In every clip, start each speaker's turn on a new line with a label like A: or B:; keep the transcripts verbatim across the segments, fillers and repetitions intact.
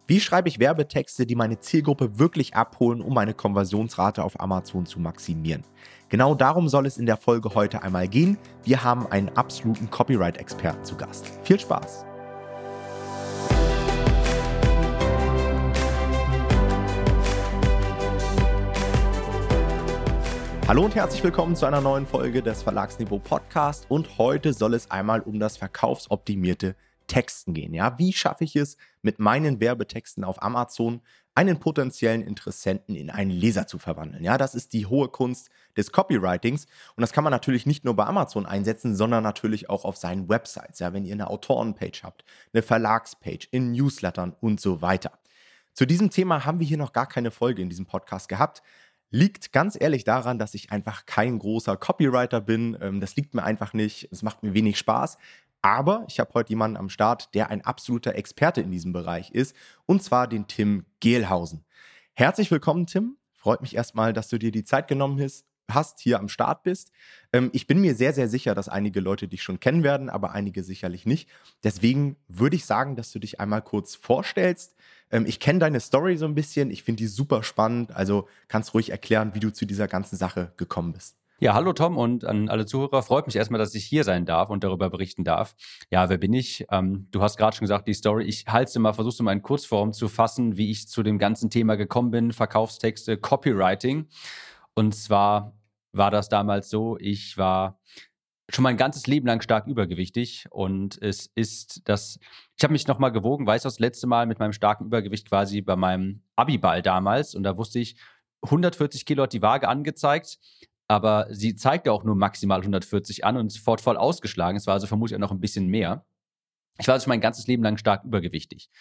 A: Wie schreibe ich Werbetexte, die meine Zielgruppe wirklich abholen, um meine Konversionsrate auf Amazon zu maximieren? Genau darum soll es in der Folge heute einmal gehen. Wir haben einen absoluten Copyright-Experten zu Gast. Viel Spaß! Hallo und herzlich willkommen zu einer neuen Folge des Verlagsniveau Podcast und heute soll es einmal um das verkaufsoptimierte Texten gehen. Ja, wie schaffe ich es, mit meinen Werbetexten auf Amazon einen potenziellen Interessenten in einen Leser zu verwandeln? Ja, das ist die hohe Kunst des Copywritings und das kann man natürlich nicht nur bei Amazon einsetzen, sondern natürlich auch auf seinen Websites. Ja, wenn ihr eine Autorenpage habt, eine Verlagspage, in Newslettern und so weiter. Zu diesem Thema haben wir hier noch gar keine Folge in diesem Podcast gehabt. Liegt ganz ehrlich daran, dass ich einfach kein großer Copywriter bin. Das liegt mir einfach nicht. Es macht mir wenig Spaß. Aber ich habe heute jemanden am Start, der ein absoluter Experte in diesem Bereich ist, und zwar den Tim Gehlhausen. Herzlich willkommen, Tim. Freut mich erstmal, dass du dir die Zeit genommen hast, hier am Start bist. Ich bin mir sehr, sehr sicher, dass einige Leute dich schon kennen werden, aber einige sicherlich nicht. Deswegen würde ich sagen, dass du dich einmal kurz vorstellst. Ich kenne deine Story so ein bisschen. Ich finde die super spannend. Also kannst ruhig erklären, wie du zu dieser ganzen Sache gekommen bist.
B: Ja, hallo Tom und an alle Zuhörer. Freut mich erstmal, dass ich hier sein darf und darüber berichten darf. Ja, wer bin ich? Ähm, du hast gerade schon gesagt, die Story. Ich halte mal, versuche mal in Kurzform zu fassen, wie ich zu dem ganzen Thema gekommen bin. Verkaufstexte, Copywriting. Und zwar war das damals so, ich war schon mein ganzes Leben lang stark übergewichtig und es ist das, ich habe mich nochmal gewogen, weiß das letzte Mal mit meinem starken Übergewicht quasi bei meinem Abiball damals und da wusste ich, hundertvierzig Kilo hat die Waage angezeigt. Aber sie zeigte auch nur maximal hundertvierzig an und ist sofort voll ausgeschlagen. Es war also vermutlich auch noch ein bisschen mehr. Ich war also mein ganzes Leben lang stark übergewichtig.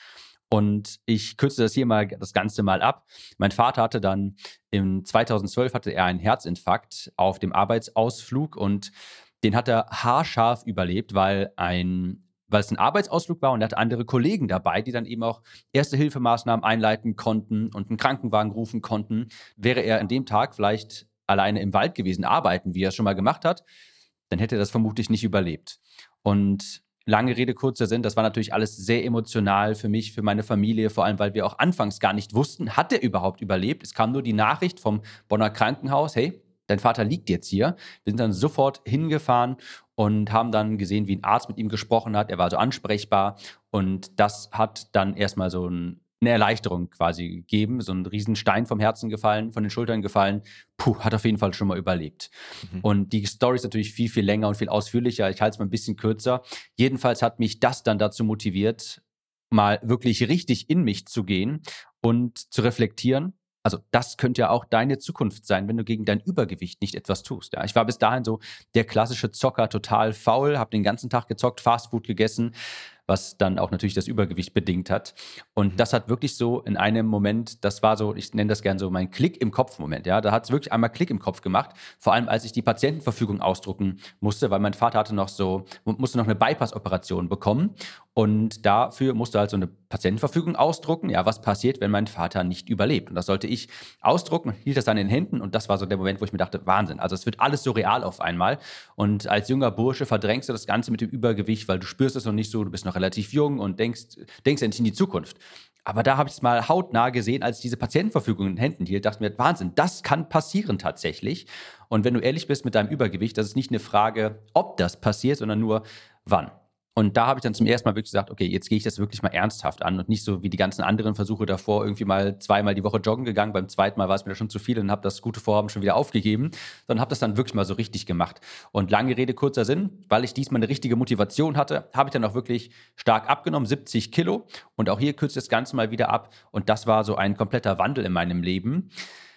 B: Und ich kürze das hier mal das Ganze mal ab. Mein Vater hatte dann im zweitausendzwölf hatte er einen Herzinfarkt auf dem Arbeitsausflug und den hat er haarscharf überlebt, weil ein weil es ein Arbeitsausflug war und er hatte andere Kollegen dabei, die dann eben auch Erste-Hilfemaßnahmen einleiten konnten und einen Krankenwagen rufen konnten. Wäre er an dem Tag vielleicht alleine im Wald gewesen, arbeiten, wie er es schon mal gemacht hat, dann hätte er das vermutlich nicht überlebt. Und lange Rede, kurzer Sinn, das war natürlich alles sehr emotional für mich, für meine Familie, vor allem, weil wir auch anfangs gar nicht wussten, hat er überhaupt überlebt? Es kam nur die Nachricht vom Bonner Krankenhaus, hey, dein Vater liegt jetzt hier. Wir sind dann sofort hingefahren und haben dann gesehen, wie ein Arzt mit ihm gesprochen hat. Er war so ansprechbar und das hat dann erstmal so ein eine Erleichterung quasi gegeben, so ein Riesenstein vom Herzen gefallen, von den Schultern gefallen. Puh, hat auf jeden Fall schon mal überlebt. Mhm. Und die Story ist natürlich viel, viel länger und viel ausführlicher. Ich halte es mal ein bisschen kürzer. Jedenfalls hat mich das dann dazu motiviert, mal wirklich richtig in mich zu gehen und zu reflektieren. Also das könnte ja auch deine Zukunft sein, wenn du gegen dein Übergewicht nicht etwas tust. Ja, ich war bis dahin so der klassische Zocker, total faul, habe den ganzen Tag gezockt, Fastfood gegessen, was dann auch natürlich das Übergewicht bedingt hat. Und das hat wirklich so in einem Moment, das war so, ich nenne das gerne so mein Klick im Kopf-Moment. Ja, da hat es wirklich einmal Klick im Kopf gemacht, vor allem als ich die Patientenverfügung ausdrucken musste, weil mein Vater hatte noch so, musste noch eine Bypass-Operation bekommen und dafür musste halt so eine Patientenverfügung ausdrucken. Ja, was passiert, wenn mein Vater nicht überlebt? Und das sollte ich ausdrucken und hielt das dann in den Händen und das war so der Moment, wo ich mir dachte, Wahnsinn, also es wird alles so real auf einmal und als junger Bursche verdrängst du das Ganze mit dem Übergewicht, weil du spürst es noch nicht so, du bist noch relativ jung und denkst, denkst ja nicht in die Zukunft. Aber da habe ich es mal hautnah gesehen, als ich diese Patientenverfügung in den Händen hielt, dachte mir, Wahnsinn, das kann passieren tatsächlich. Und wenn du ehrlich bist mit deinem Übergewicht, das ist nicht eine Frage, ob das passiert, sondern nur wann. Und da habe ich dann zum ersten Mal wirklich gesagt, okay, jetzt gehe ich das wirklich mal ernsthaft an und nicht so wie die ganzen anderen Versuche davor irgendwie mal zweimal die Woche joggen gegangen. Beim zweiten Mal war es mir da schon zu viel und habe das gute Vorhaben schon wieder aufgegeben, sondern habe das dann wirklich mal so richtig gemacht. Und lange Rede, kurzer Sinn, weil ich diesmal eine richtige Motivation hatte, habe ich dann auch wirklich stark abgenommen, siebzig Kilo. Und auch hier kürzt das Ganze mal wieder ab. Und das war so ein kompletter Wandel in meinem Leben,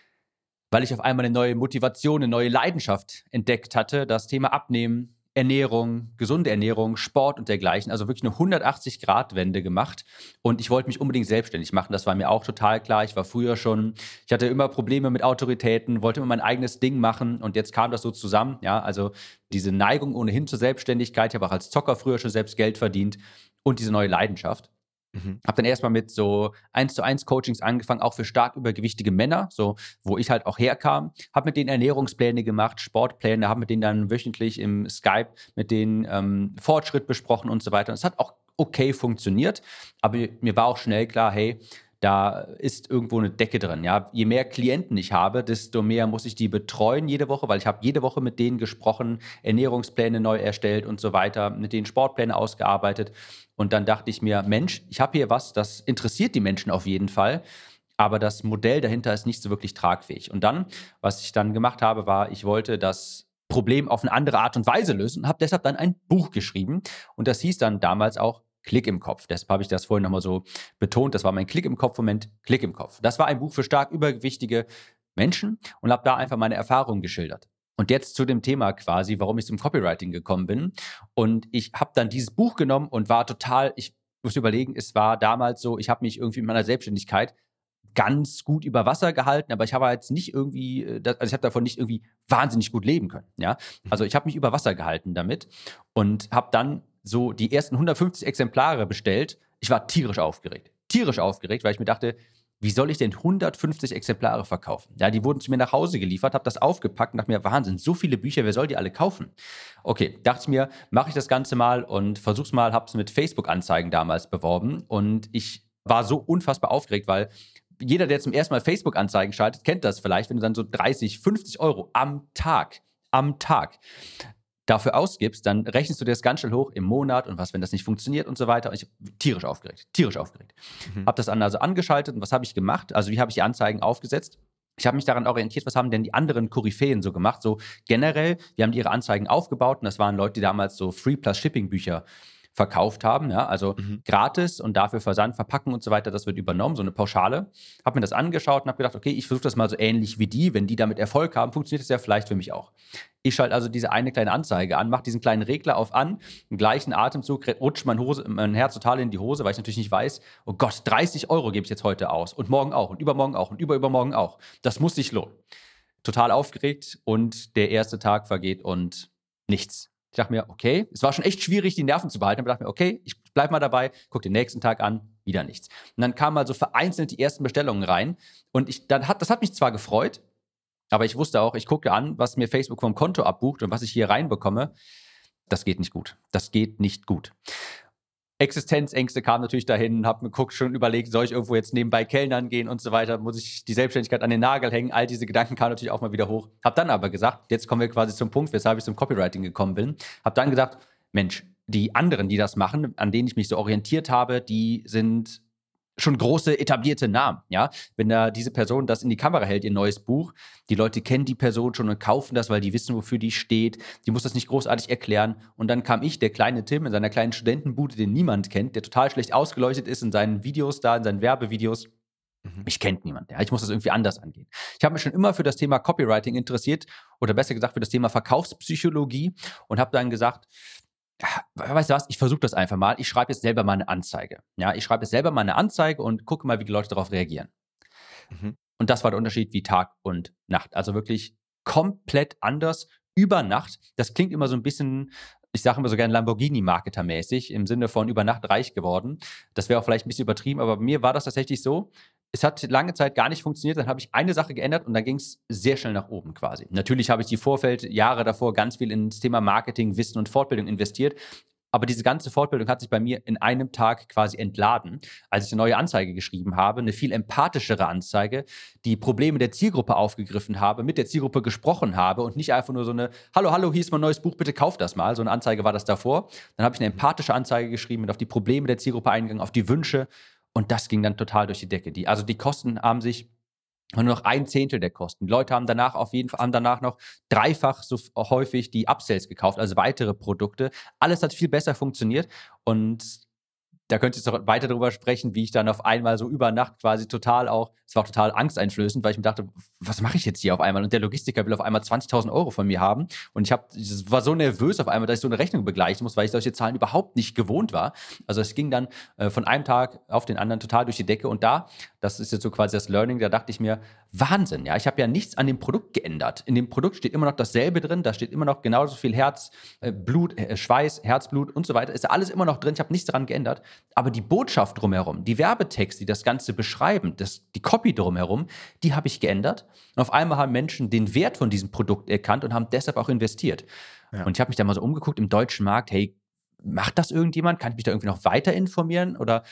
B: weil ich auf einmal eine neue Motivation, eine neue Leidenschaft entdeckt hatte, das Thema Abnehmen, Ernährung, gesunde Ernährung, Sport und dergleichen. Also wirklich eine hundertachtzig-Grad-Wende gemacht. Und ich wollte mich unbedingt selbstständig machen. Das war mir auch total klar. Ich war früher schon, ich hatte immer Probleme mit Autoritäten, wollte immer mein eigenes Ding machen. Und jetzt kam das so zusammen. Ja, also diese Neigung ohnehin zur Selbstständigkeit. Ich habe auch als Zocker früher schon selbst Geld verdient. Und diese neue Leidenschaft. Mhm. Habe dann erstmal mit so eins zu eins Coachings angefangen, auch für stark übergewichtige Männer, so wo ich halt auch herkam. Habe mit denen Ernährungspläne gemacht, Sportpläne, habe mit denen dann wöchentlich im Skype mit denen ähm, Fortschritt besprochen und so weiter. Und es hat auch okay funktioniert, aber mir war auch schnell klar, hey, da ist irgendwo eine Decke drin. Ja? Je mehr Klienten ich habe, desto mehr muss ich die betreuen jede Woche, weil ich habe jede Woche mit denen gesprochen, Ernährungspläne neu erstellt und so weiter, mit denen Sportpläne ausgearbeitet. Und dann dachte ich mir, Mensch, ich habe hier was, das interessiert die Menschen auf jeden Fall, aber das Modell dahinter ist nicht so wirklich tragfähig. Und dann, was ich dann gemacht habe, war, ich wollte das Problem auf eine andere Art und Weise lösen und habe deshalb dann ein Buch geschrieben. Und das hieß dann damals auch Klick im Kopf. Deshalb habe ich das vorhin nochmal so betont. Das war mein Klick im Kopf-Moment. Klick im Kopf. Das war ein Buch für stark übergewichtige Menschen und habe da einfach meine Erfahrungen geschildert. Und jetzt zu dem Thema quasi, warum ich zum Copywriting gekommen bin. Und ich habe dann dieses Buch genommen und war total, ich muss überlegen, es war damals so, ich habe mich irgendwie in meiner Selbstständigkeit ganz gut über Wasser gehalten, aber ich habe jetzt nicht irgendwie, also ich habe davon nicht irgendwie wahnsinnig gut leben können. Ja? Also ich habe mich über Wasser gehalten damit und habe dann so die ersten hundertfünfzig Exemplare bestellt. Ich war tierisch aufgeregt. Tierisch aufgeregt, weil ich mir dachte, wie soll ich denn hundertfünfzig Exemplare verkaufen? Ja, die wurden zu mir nach Hause geliefert, habe das aufgepackt und dachte mir, Wahnsinn, so viele Bücher, wer soll die alle kaufen? Okay, dachte ich mir, mache ich das Ganze mal und versuch's mal, habe es mit Facebook-Anzeigen damals beworben und ich war so unfassbar aufgeregt, weil jeder, der zum ersten Mal Facebook-Anzeigen schaltet, kennt das vielleicht, wenn du dann so dreißig, fünfzig Euro am Tag, am Tag dafür ausgibst, dann rechnest du dir das ganz schnell hoch im Monat und was, wenn das nicht funktioniert und so weiter. Und ich bin tierisch aufgeregt, tierisch aufgeregt. Mhm. Habe das dann also angeschaltet und was habe ich gemacht? Also wie habe ich die Anzeigen aufgesetzt? Ich habe mich daran orientiert, was haben denn die anderen Koryphäen so gemacht? So generell, wie haben die ihre Anzeigen aufgebaut? Und das waren Leute, die damals so Free Plus Shipping Bücher verkauft haben, ja, also mhm. gratis und dafür Versand, Verpacken und so weiter, das wird übernommen, so eine Pauschale. Habe mir das angeschaut und habe gedacht, okay, ich versuche das mal so ähnlich wie die, wenn die damit Erfolg haben, funktioniert das ja vielleicht für mich auch. Ich schalte also diese eine kleine Anzeige an, mache diesen kleinen Regler auf an, im gleichen Atemzug rutscht mein, Hose, mein Herz total in die Hose, weil ich natürlich nicht weiß, oh Gott, dreißig Euro gebe ich jetzt heute aus und morgen auch und übermorgen auch und überübermorgen auch. Das muss sich lohnen. Total aufgeregt und der erste Tag vergeht und nichts. Ich dachte mir, okay, es war schon echt schwierig, die Nerven zu behalten, aber ich dachte mir, okay, ich bleib mal dabei, guck den nächsten Tag an, wieder nichts. Und dann kamen mal so vereinzelt die ersten Bestellungen rein und ich, dann hat, das hat mich zwar gefreut, aber ich wusste auch, ich gucke an, was mir Facebook vom Konto abbucht und was ich hier reinbekomme, das geht nicht gut. Das geht nicht gut. Existenzängste kamen natürlich dahin, habe mir geguckt, schon überlegt, soll ich irgendwo jetzt nebenbei Kellnern gehen und so weiter, muss ich die Selbstständigkeit an den Nagel hängen, all diese Gedanken kamen natürlich auch mal wieder hoch. Habe dann aber gesagt, jetzt kommen wir quasi zum Punkt, weshalb ich zum Copywriting gekommen bin, habe dann gesagt, Mensch, die anderen, die das machen, an denen ich mich so orientiert habe, die sind schon große etablierte Namen, ja. Wenn da diese Person das in die Kamera hält, ihr neues Buch, die Leute kennen die Person schon und kaufen das, weil die wissen, wofür die steht. Die muss das nicht großartig erklären. Und dann kam ich, der kleine Tim, in seiner kleinen Studentenbude, den niemand kennt, der total schlecht ausgeleuchtet ist in seinen Videos da, in seinen Werbevideos. Mhm. Mich kennt niemand. Ja. Ich muss das irgendwie anders angehen. Ich habe mich schon immer für das Thema Copywriting interessiert oder besser gesagt für das Thema Verkaufspsychologie und habe dann gesagt, weißt du was, ich versuche das einfach mal. Ich schreibe jetzt selber mal eine Anzeige. Ja, ich schreibe jetzt selber mal eine Anzeige und gucke mal, wie die Leute darauf reagieren. Mhm. Und das war der Unterschied wie Tag und Nacht. Also wirklich komplett anders über Nacht. Das klingt immer so ein bisschen, ich sage immer so gerne Lamborghini-Marketer-mäßig, im Sinne von über Nacht reich geworden. Das wäre auch vielleicht ein bisschen übertrieben, aber bei mir war das tatsächlich so. Es hat lange Zeit gar nicht funktioniert, dann habe ich eine Sache geändert und dann ging es sehr schnell nach oben quasi. Natürlich habe ich die Vorfeld Jahre davor ganz viel ins Thema Marketing, Wissen und Fortbildung investiert, aber diese ganze Fortbildung hat sich bei mir in einem Tag quasi entladen, als ich eine neue Anzeige geschrieben habe, eine viel empathischere Anzeige, die Probleme der Zielgruppe aufgegriffen habe, mit der Zielgruppe gesprochen habe und nicht einfach nur so eine Hallo, hallo, hier ist mein neues Buch, bitte kauf das mal. So eine Anzeige war das davor. Dann habe ich eine empathische Anzeige geschrieben und auf die Probleme der Zielgruppe eingegangen, auf die Wünsche. Und das ging dann total durch die Decke. Die, also die Kosten haben sich nur noch ein Zehntel der Kosten. Die Leute haben danach auf jeden Fall haben danach noch dreifach so häufig die Upsells gekauft, also weitere Produkte. Alles hat viel besser funktioniert und da könnt ihr jetzt noch weiter darüber sprechen, wie ich dann auf einmal so über Nacht quasi total auch, es war total angsteinflößend, weil ich mir dachte, was mache ich jetzt hier auf einmal? Und der Logistiker will auf einmal zwanzigtausend Euro von mir haben. Und ich, hab, ich war so nervös auf einmal, dass ich so eine Rechnung begleichen muss, weil ich solche Zahlen überhaupt nicht gewohnt war. Also es ging dann äh, von einem Tag auf den anderen total durch die Decke. Und da, das ist jetzt so quasi das Learning, da dachte ich mir, Wahnsinn, ja, ich habe ja nichts an dem Produkt geändert. In dem Produkt steht immer noch dasselbe drin, da steht immer noch genauso viel Herz, äh, Blut, äh, Schweiß, Herzblut und so weiter. Ist ja alles immer noch drin, ich habe nichts daran geändert. Aber die Botschaft drumherum, die Werbetexte, die das Ganze beschreiben, das, die Copy drumherum, die habe ich geändert. Und auf einmal haben Menschen den Wert von diesem Produkt erkannt und haben deshalb auch investiert. Ja. Und ich habe mich da mal so umgeguckt im deutschen Markt, hey, macht das irgendjemand? Kann ich mich da irgendwie noch weiter informieren? Oder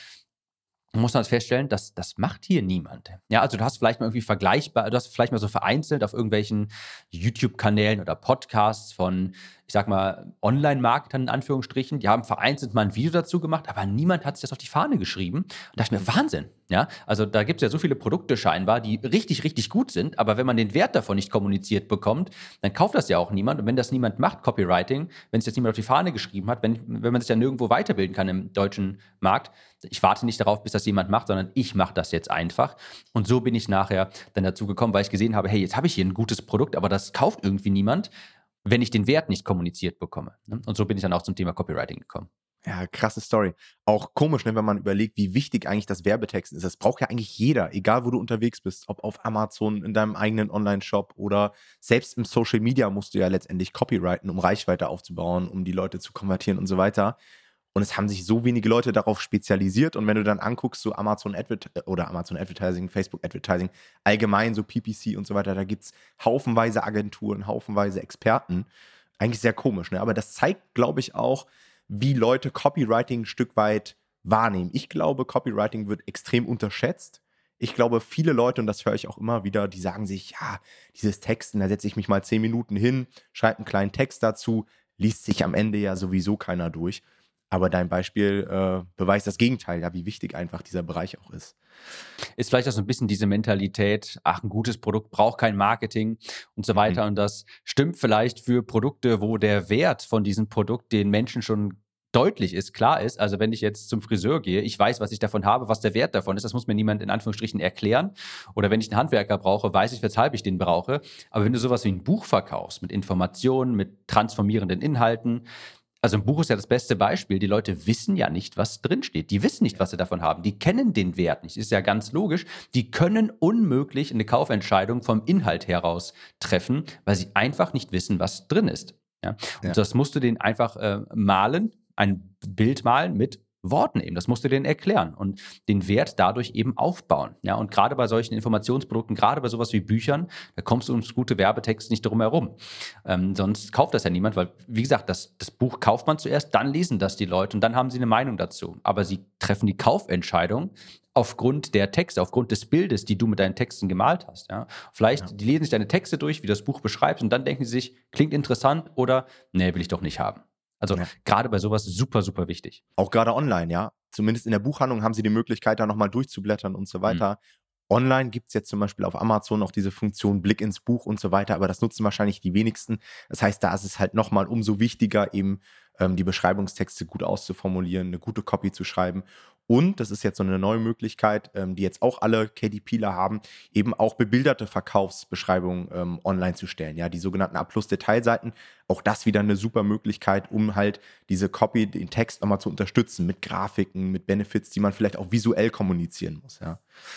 B: muss man das feststellen, das, das macht hier niemand. Ja, also du hast vielleicht mal irgendwie vergleichbar, du hast vielleicht mal so vereinzelt auf irgendwelchen YouTube-Kanälen oder Podcasts von, ich sag mal, Online-Marketern in Anführungsstrichen, die haben vereinzelt mal ein Video dazu gemacht, aber niemand hat sich das auf die Fahne geschrieben. Und da dachte ich mir, Wahnsinn. Ja, also da gibt es ja so viele Produkte scheinbar, die richtig, richtig gut sind, aber wenn man den Wert davon nicht kommuniziert bekommt, dann kauft das ja auch niemand. Und wenn das niemand macht, Copywriting, wenn es jetzt niemand auf die Fahne geschrieben hat, wenn, wenn man sich ja nirgendwo weiterbilden kann im deutschen Markt, ich warte nicht darauf, bis das jemand macht, sondern ich mache das jetzt einfach. Und so bin ich nachher dann dazu gekommen, weil ich gesehen habe, hey, jetzt habe ich hier ein gutes Produkt, aber das kauft irgendwie niemand, wenn ich den Wert nicht kommuniziert bekomme. Und so bin ich dann auch zum Thema Copywriting gekommen.
A: Ja, krasse Story. Auch komisch, ne, wenn man überlegt, wie wichtig eigentlich das Werbetexten ist. Das braucht ja eigentlich jeder, egal wo du unterwegs bist, ob auf Amazon, in deinem eigenen Online-Shop oder selbst im Social Media musst du ja letztendlich copyrighten, um Reichweite aufzubauen, um die Leute zu konvertieren und so weiter. Und es haben sich so wenige Leute darauf spezialisiert. Und wenn du dann anguckst, so Amazon Advert oder Amazon Advertising, Facebook Advertising, allgemein so P P C und so weiter, da gibt es haufenweise Agenturen, haufenweise Experten. Eigentlich sehr komisch, ne? Aber das zeigt, glaube ich, auch, wie Leute Copywriting ein Stück weit wahrnehmen. Ich glaube, Copywriting wird extrem unterschätzt. Ich glaube, viele Leute, und das höre ich auch immer wieder, die sagen sich, ja, dieses Texten, da setze ich mich mal zehn Minuten hin, schreibe einen kleinen Text dazu, liest sich am Ende ja sowieso keiner durch. Aber dein Beispiel äh, beweist das Gegenteil, ja, wie wichtig einfach dieser Bereich auch ist.
B: Ist vielleicht auch so ein bisschen diese Mentalität, ach, ein gutes Produkt braucht kein Marketing und so weiter.
A: Mhm.
B: Und das stimmt vielleicht für Produkte, wo der Wert von diesem Produkt den Menschen schon deutlich ist, klar ist. Also wenn ich jetzt zum Friseur gehe, ich weiß, was ich davon habe, was der Wert davon ist. Das muss mir niemand in Anführungsstrichen erklären. Oder wenn ich einen Handwerker brauche, weiß ich, weshalb ich den brauche. Aber wenn du sowas wie ein Buch verkaufst, mit Informationen, mit transformierenden Inhalten, also ein Buch ist ja das beste Beispiel. Die Leute wissen ja nicht, was drinsteht. Die wissen nicht, was sie davon haben. Die kennen den Wert nicht. Ist ja ganz logisch. Die können unmöglich eine Kaufentscheidung vom Inhalt heraus treffen, weil sie einfach nicht wissen, was drin ist. Ja? Und
A: Ja.
B: das musst du denen einfach äh, malen, ein Bild malen mit Worten eben. Das musst du denen erklären und den Wert dadurch eben aufbauen. Ja, und gerade bei solchen Informationsprodukten, gerade bei sowas wie Büchern, da kommst du ums gute Werbetext nicht drum herum. Ähm, sonst kauft das ja niemand, weil, wie gesagt, das, das Buch kauft man zuerst, dann lesen das die Leute und dann haben sie eine Meinung dazu. Aber sie treffen die Kaufentscheidung aufgrund der Texte, aufgrund des Bildes, die du mit deinen Texten gemalt hast. Ja? Vielleicht,
A: Ja.
B: die lesen sich deine Texte durch, wie du das Buch beschreibst, und dann denken sie sich, klingt interessant oder, nee, will ich doch nicht haben. Also
A: Ja.
B: gerade bei sowas super, super wichtig.
A: Auch gerade online, ja. Zumindest in der Buchhandlung haben sie die Möglichkeit, da nochmal durchzublättern und so
B: Mhm.
A: weiter. Online gibt es jetzt zum Beispiel auf Amazon auch diese Funktion Blick ins Buch und so weiter, aber das nutzen wahrscheinlich die wenigsten. Das heißt, da ist es halt nochmal umso wichtiger, eben ähm, die Beschreibungstexte gut auszuformulieren, eine gute Copy zu schreiben. Und das ist jetzt so eine neue Möglichkeit, ähm, die jetzt auch alle KDPler haben, eben auch bebilderte Verkaufsbeschreibungen ähm, online zu stellen. Ja, die sogenannten A-Plus-Detailseiten. Auch das wieder eine super Möglichkeit, um halt diese Copy, den Text nochmal zu unterstützen mit Grafiken, mit Benefits, die man vielleicht auch visuell kommunizieren muss. Ja.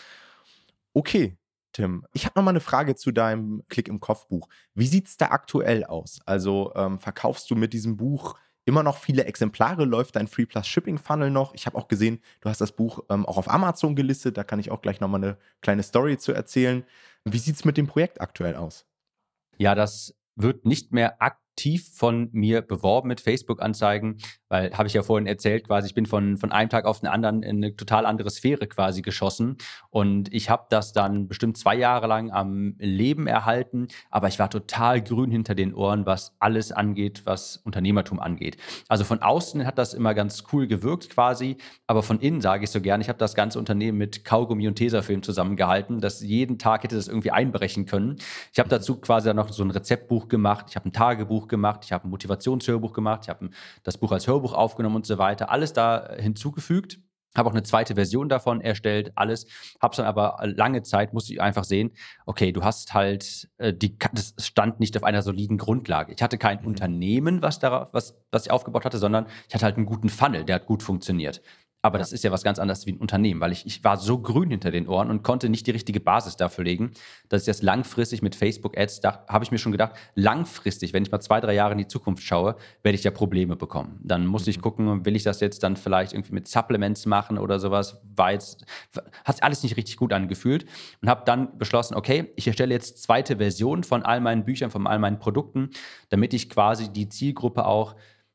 A: Okay, Tim. Ich habe noch mal eine Frage zu deinem Klick im Kopfbuch. Wie sieht es da aktuell aus? Also ähm, verkaufst du mit diesem Buch immer noch viele Exemplare? Läuft dein Free Plus Shipping Funnel noch? Ich habe auch gesehen, du hast das Buch ähm, auch auf Amazon gelistet. Da kann ich auch gleich noch mal eine kleine Story zu erzählen. Wie sieht es mit dem Projekt aktuell aus?
B: Ja, das wird nicht mehr aktiv von mir beworben mit Facebook-Anzeigen, weil, habe ich ja vorhin erzählt, quasi, ich bin von, von einem Tag auf den anderen in eine total andere Sphäre quasi geschossen. Und ich habe das dann bestimmt zwei Jahre lang am Leben erhalten, aber ich war total grün hinter den Ohren, was alles angeht, was Unternehmertum angeht. Also von außen hat das immer ganz cool gewirkt quasi, aber von innen sage ich so gern, ich habe das ganze Unternehmen mit Kaugummi und Tesafilm zusammengehalten, dass jeden Tag hätte das irgendwie einbrechen können. Ich habe dazu quasi dann noch so ein Rezeptbuch gemacht, ich habe ein Tagebuch gemacht, ich habe ein Motivationshörbuch gemacht, ich habe das Buch als Hörbuch aufgenommen und so weiter, alles da hinzugefügt. Habe auch eine zweite Version davon erstellt, alles. Habe es dann aber lange Zeit, musste ich einfach sehen, okay, du hast halt, äh, die, das stand nicht auf einer soliden Grundlage. Ich hatte kein
A: Mhm.
B: Unternehmen, was, darauf, was, was ich aufgebaut hatte, sondern ich hatte halt einen guten Funnel, der hat gut funktioniert. Aber
A: Ja.
B: das ist ja was ganz anderes wie ein Unternehmen, weil ich, ich war so grün hinter den Ohren und konnte nicht die richtige Basis dafür legen, dass ich das langfristig mit Facebook-Ads, da habe ich mir schon gedacht, langfristig, wenn ich mal zwei, drei Jahre in die Zukunft schaue, werde ich ja Probleme bekommen. Dann muss ich
A: Mhm.
B: gucken, will ich das jetzt dann vielleicht irgendwie mit Supplements machen oder sowas, war jetzt, hat sich alles nicht richtig gut angefühlt und habe dann beschlossen, okay, ich erstelle jetzt zweite Version von all meinen Büchern, von all meinen Produkten, damit ich quasi die Zielgruppe auch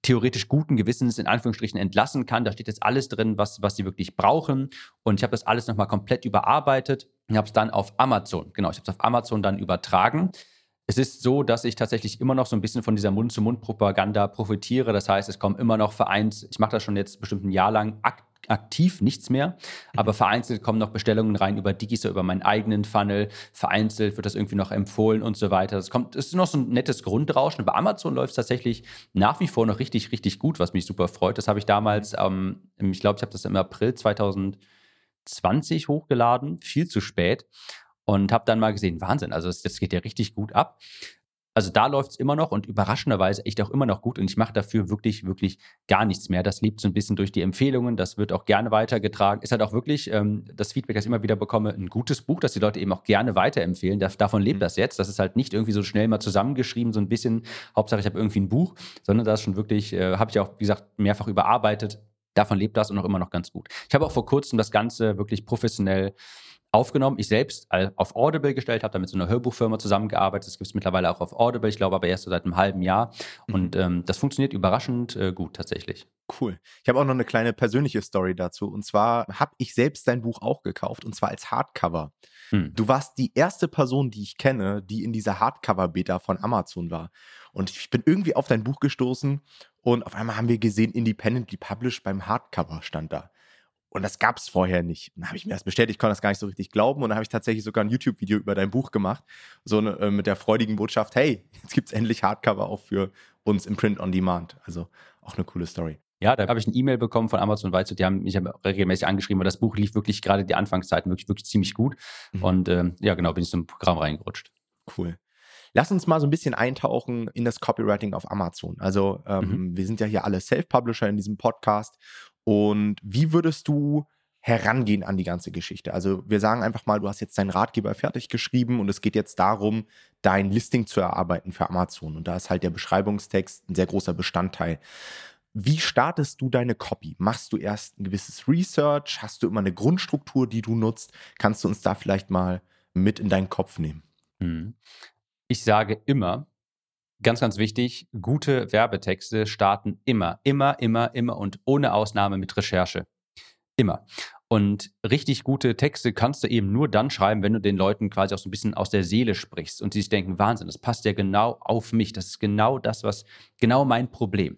B: theoretisch guten Gewissens in Anführungsstrichen entlassen kann. Da steht jetzt alles drin, was, was sie wirklich brauchen. Und ich habe das alles nochmal komplett überarbeitet und habe es dann auf Amazon, genau, ich habe es auf Amazon dann übertragen. Es ist so, dass ich tatsächlich immer noch so ein bisschen von dieser Mund-zu-Mund-Propaganda profitiere. Das heißt, es kommen immer noch vereinzelt, ich mache das schon jetzt bestimmt ein Jahr lang ak- aktiv, nichts mehr, aber vereinzelt kommen noch Bestellungen rein über Digistore, über meinen eigenen Funnel. Vereinzelt wird das irgendwie noch empfohlen und so weiter. Das kommt, es ist noch so ein nettes Grundrauschen. Bei Amazon läuft es tatsächlich nach wie vor noch richtig, richtig gut, was mich super freut. Das habe ich damals, ähm, ich glaube, ich habe das im April zwanzig zwanzig hochgeladen, viel zu spät. Und habe dann mal gesehen, Wahnsinn, also das, das geht ja richtig gut ab. Also da läuft es immer noch und überraschenderweise echt auch immer noch gut. Und ich mache dafür wirklich, wirklich gar nichts mehr. Das lebt so ein bisschen durch die Empfehlungen. Das wird auch gerne weitergetragen. Ist halt auch wirklich ähm, das Feedback, das ich immer wieder bekomme, ein gutes Buch, das die Leute eben auch gerne weiterempfehlen. Da, davon lebt
A: Mhm.
B: das jetzt. Das ist halt nicht irgendwie so schnell mal zusammengeschrieben, so ein bisschen, Hauptsache ich habe irgendwie ein Buch, sondern das ist schon wirklich, äh, habe ich auch, wie gesagt, mehrfach überarbeitet. Davon lebt das und auch immer noch ganz gut. Ich habe auch vor kurzem das Ganze wirklich professionell aufgenommen. Ich selbst auf Audible gestellt, habe da mit so einer Hörbuchfirma zusammengearbeitet. Das gibt es mittlerweile auch auf Audible, ich glaube aber erst so seit einem halben Jahr. Und ähm, das funktioniert überraschend äh, gut tatsächlich.
A: Cool. Ich habe auch noch eine kleine persönliche Story dazu. Und zwar habe ich selbst dein Buch auch gekauft, und zwar als Hardcover.
B: Hm.
A: Du warst die erste Person, die ich kenne, die in dieser Hardcover-Beta von Amazon war. Und ich bin irgendwie auf dein Buch gestoßen und auf einmal haben wir gesehen, independently published beim Hardcover stand da. Und das gab es vorher nicht. Und dann habe ich mir das bestellt, ich konnte das gar nicht so richtig glauben. Und dann habe ich tatsächlich sogar ein YouTube-Video über dein Buch gemacht. So eine, äh, mit der freudigen Botschaft, hey, jetzt gibt es endlich Hardcover auch für uns im Print on Demand. Also auch eine coole Story.
B: Ja, da habe ich eine E-Mail bekommen von Amazon Weiz, die haben mich regelmäßig angeschrieben, weil das Buch lief wirklich gerade die Anfangszeiten wirklich, wirklich ziemlich gut.
A: Mhm.
B: Und ähm, ja, genau, bin ich so im Programm reingerutscht.
A: Cool. Lass uns mal so ein bisschen eintauchen in das Copywriting auf Amazon. Also ähm,
B: Mhm.
A: wir sind ja hier alle Self-Publisher in diesem Podcast. Und wie würdest du herangehen an die ganze Geschichte? Also wir sagen einfach mal, du hast jetzt deinen Ratgeber fertig geschrieben und es geht jetzt darum, dein Listing zu erarbeiten für Amazon. Und da ist halt der Beschreibungstext ein sehr großer Bestandteil. Wie startest du deine Copy? Machst du erst ein gewisses Research? Hast du immer eine Grundstruktur, die du nutzt? Kannst du uns da vielleicht mal mit in deinen Kopf nehmen?
B: Mhm. Ich sage immer, ganz, ganz wichtig, gute Werbetexte starten immer, immer, immer, immer und ohne Ausnahme mit Recherche. Immer. Und richtig gute Texte kannst du eben nur dann schreiben, wenn du den Leuten quasi auch so ein bisschen aus der Seele sprichst und sie sich denken, Wahnsinn, das passt ja genau auf mich. Das ist genau das, was, genau mein Problem.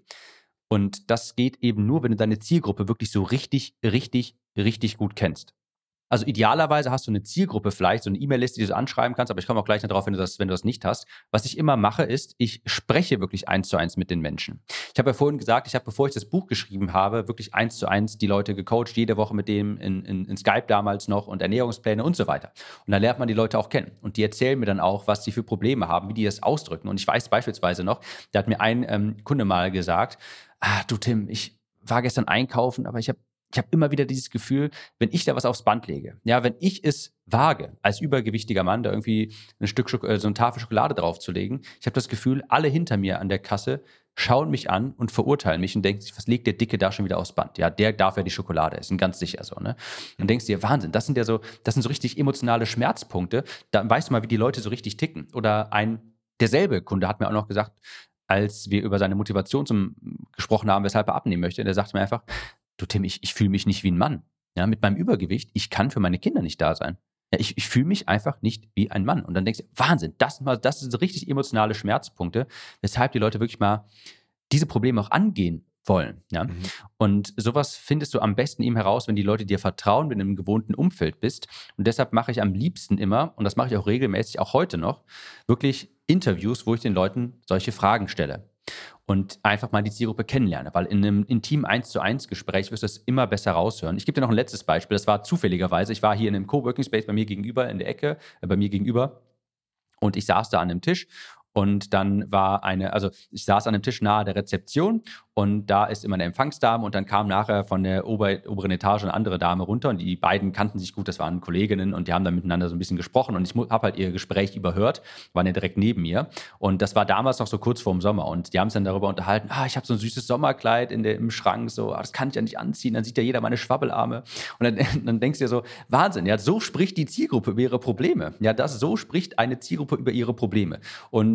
B: Und das geht eben nur, wenn du deine Zielgruppe wirklich so richtig, richtig, richtig gut kennst. Also idealerweise hast du eine Zielgruppe vielleicht, so eine E-Mail-Liste, die du anschreiben kannst, aber ich komme auch gleich darauf, wenn du das, wenn du das nicht hast. Was ich immer mache, ist, ich spreche wirklich eins zu eins mit den Menschen. Ich habe ja vorhin gesagt, ich habe, bevor ich das Buch geschrieben habe, wirklich eins zu eins die Leute gecoacht, jede Woche mit dem in, in, in Skype damals noch und Ernährungspläne und so weiter. Und da lernt man die Leute auch kennen. Und die erzählen mir dann auch, was sie für Probleme haben, wie die das ausdrücken. Und ich weiß beispielsweise noch, da hat mir ein ähm, Kunde mal gesagt, ah, du Tim, ich war gestern einkaufen, aber ich habe Ich habe immer wieder dieses Gefühl, wenn ich da was aufs Band lege, ja, wenn ich es wage, als übergewichtiger Mann da irgendwie ein Stück Schok- äh, so eine Tafel Schokolade draufzulegen, ich habe das Gefühl, alle hinter mir an der Kasse schauen mich an und verurteilen mich und denken sich, was legt der Dicke da schon wieder aufs Band? Ja, der darf ja die Schokolade essen, ganz sicher so, ne? Und denkst dir, Wahnsinn, das sind ja so, das sind so richtig emotionale Schmerzpunkte. Da weißt du mal, wie die Leute so richtig ticken. Oder ein derselbe Kunde hat mir auch noch gesagt, als wir über seine Motivation zum, gesprochen haben, weshalb er abnehmen möchte, der sagte mir einfach, du Tim, ich, ich fühle mich nicht wie ein Mann. Ja, mit meinem Übergewicht, ich kann für meine Kinder nicht da sein. Ja, ich, ich fühle mich einfach nicht wie ein Mann. Und dann denkst du, Wahnsinn, das, sind mal- das sind so richtig emotionale Schmerzpunkte, weshalb die Leute wirklich mal diese Probleme auch angehen wollen. Ja?
A: Mhm.
B: Und sowas findest du am besten eben heraus, wenn die Leute dir vertrauen, wenn du im gewohnten Umfeld bist. Und deshalb mache ich am liebsten immer, und das mache ich auch regelmäßig, auch heute noch, wirklich Interviews, wo ich den Leuten solche Fragen stelle. Und einfach mal die Zielgruppe kennenlerne, weil in einem intimen eins zu eins Gespräch wirst du das immer besser raushören. Ich gebe dir noch ein letztes Beispiel, das war zufälligerweise, ich war hier in einem Coworking Space bei mir gegenüber, in der Ecke, äh, bei mir gegenüber und ich saß da an einem Tisch und dann war eine, also ich saß an einem Tisch nahe der Rezeption und da ist immer eine Empfangsdame und dann kam nachher von der Ober, oberen Etage eine andere Dame runter und die beiden kannten sich gut, das waren Kolleginnen und die haben dann miteinander so ein bisschen gesprochen und ich habe halt ihr Gespräch überhört, waren ja direkt neben mir und das war damals noch so kurz vorm Sommer und die haben sich dann darüber unterhalten, ah, ich habe so ein süßes Sommerkleid in der, im Schrank, so, ah, das kann ich ja nicht anziehen, dann sieht ja jeder meine Schwabbelarme und dann, dann denkst du dir so, Wahnsinn, ja, so spricht die Zielgruppe über ihre Probleme, ja, das, so spricht eine Zielgruppe über ihre Probleme und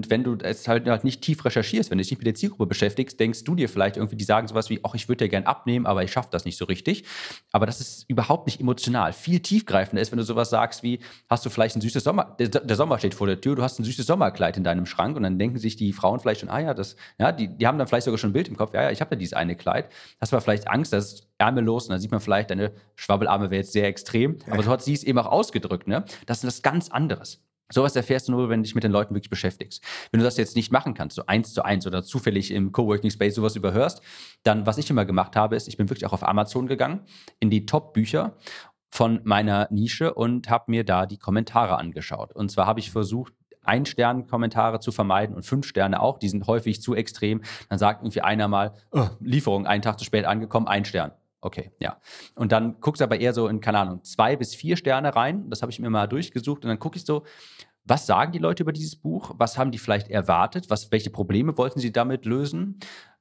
B: Und wenn du es halt, halt nicht tief recherchierst, wenn du dich nicht mit der Zielgruppe beschäftigst, denkst du dir vielleicht irgendwie, die sagen sowas wie, ach, ich würde ja gern abnehmen, aber ich schaffe das nicht so richtig. Aber das ist überhaupt nicht emotional. Viel tiefgreifender ist, wenn du sowas sagst wie, hast du vielleicht ein süßes Sommer, der, der Sommer steht vor der Tür, du hast ein süßes Sommerkleid in deinem Schrank und dann denken sich die Frauen vielleicht schon, ah ja, das, ja, die, die haben dann vielleicht sogar schon ein Bild im Kopf, ja, ja, ich habe ja dieses eine Kleid. Hast aber vielleicht Angst, dass es ärmellos und dann sieht man vielleicht, deine Schwabbelarme wäre jetzt sehr extrem, aber so hat sie es eben auch ausgedrückt, ne? Das ist was ganz anderes. Sowas erfährst du nur, wenn du dich mit den Leuten wirklich beschäftigst. Wenn du das jetzt nicht machen kannst, so eins zu eins oder zufällig im Coworking Space sowas überhörst, dann, was ich immer gemacht habe, ist, ich bin wirklich auch auf Amazon gegangen, in die Top-Bücher von meiner Nische und habe mir da die Kommentare angeschaut. Und zwar habe ich versucht, Ein-Stern-Kommentare zu vermeiden und fünf Sterne auch, die sind häufig zu extrem. Dann sagt irgendwie einer mal, oh, Lieferung einen Tag zu spät angekommen, ein Stern. Okay, ja. Und dann guckst du aber eher so in, keine Ahnung, zwei bis vier Sterne rein. Das habe ich mir mal durchgesucht. Und dann gucke ich so, was sagen die Leute über dieses Buch? Was haben die vielleicht erwartet? Was, welche Probleme wollten sie damit lösen?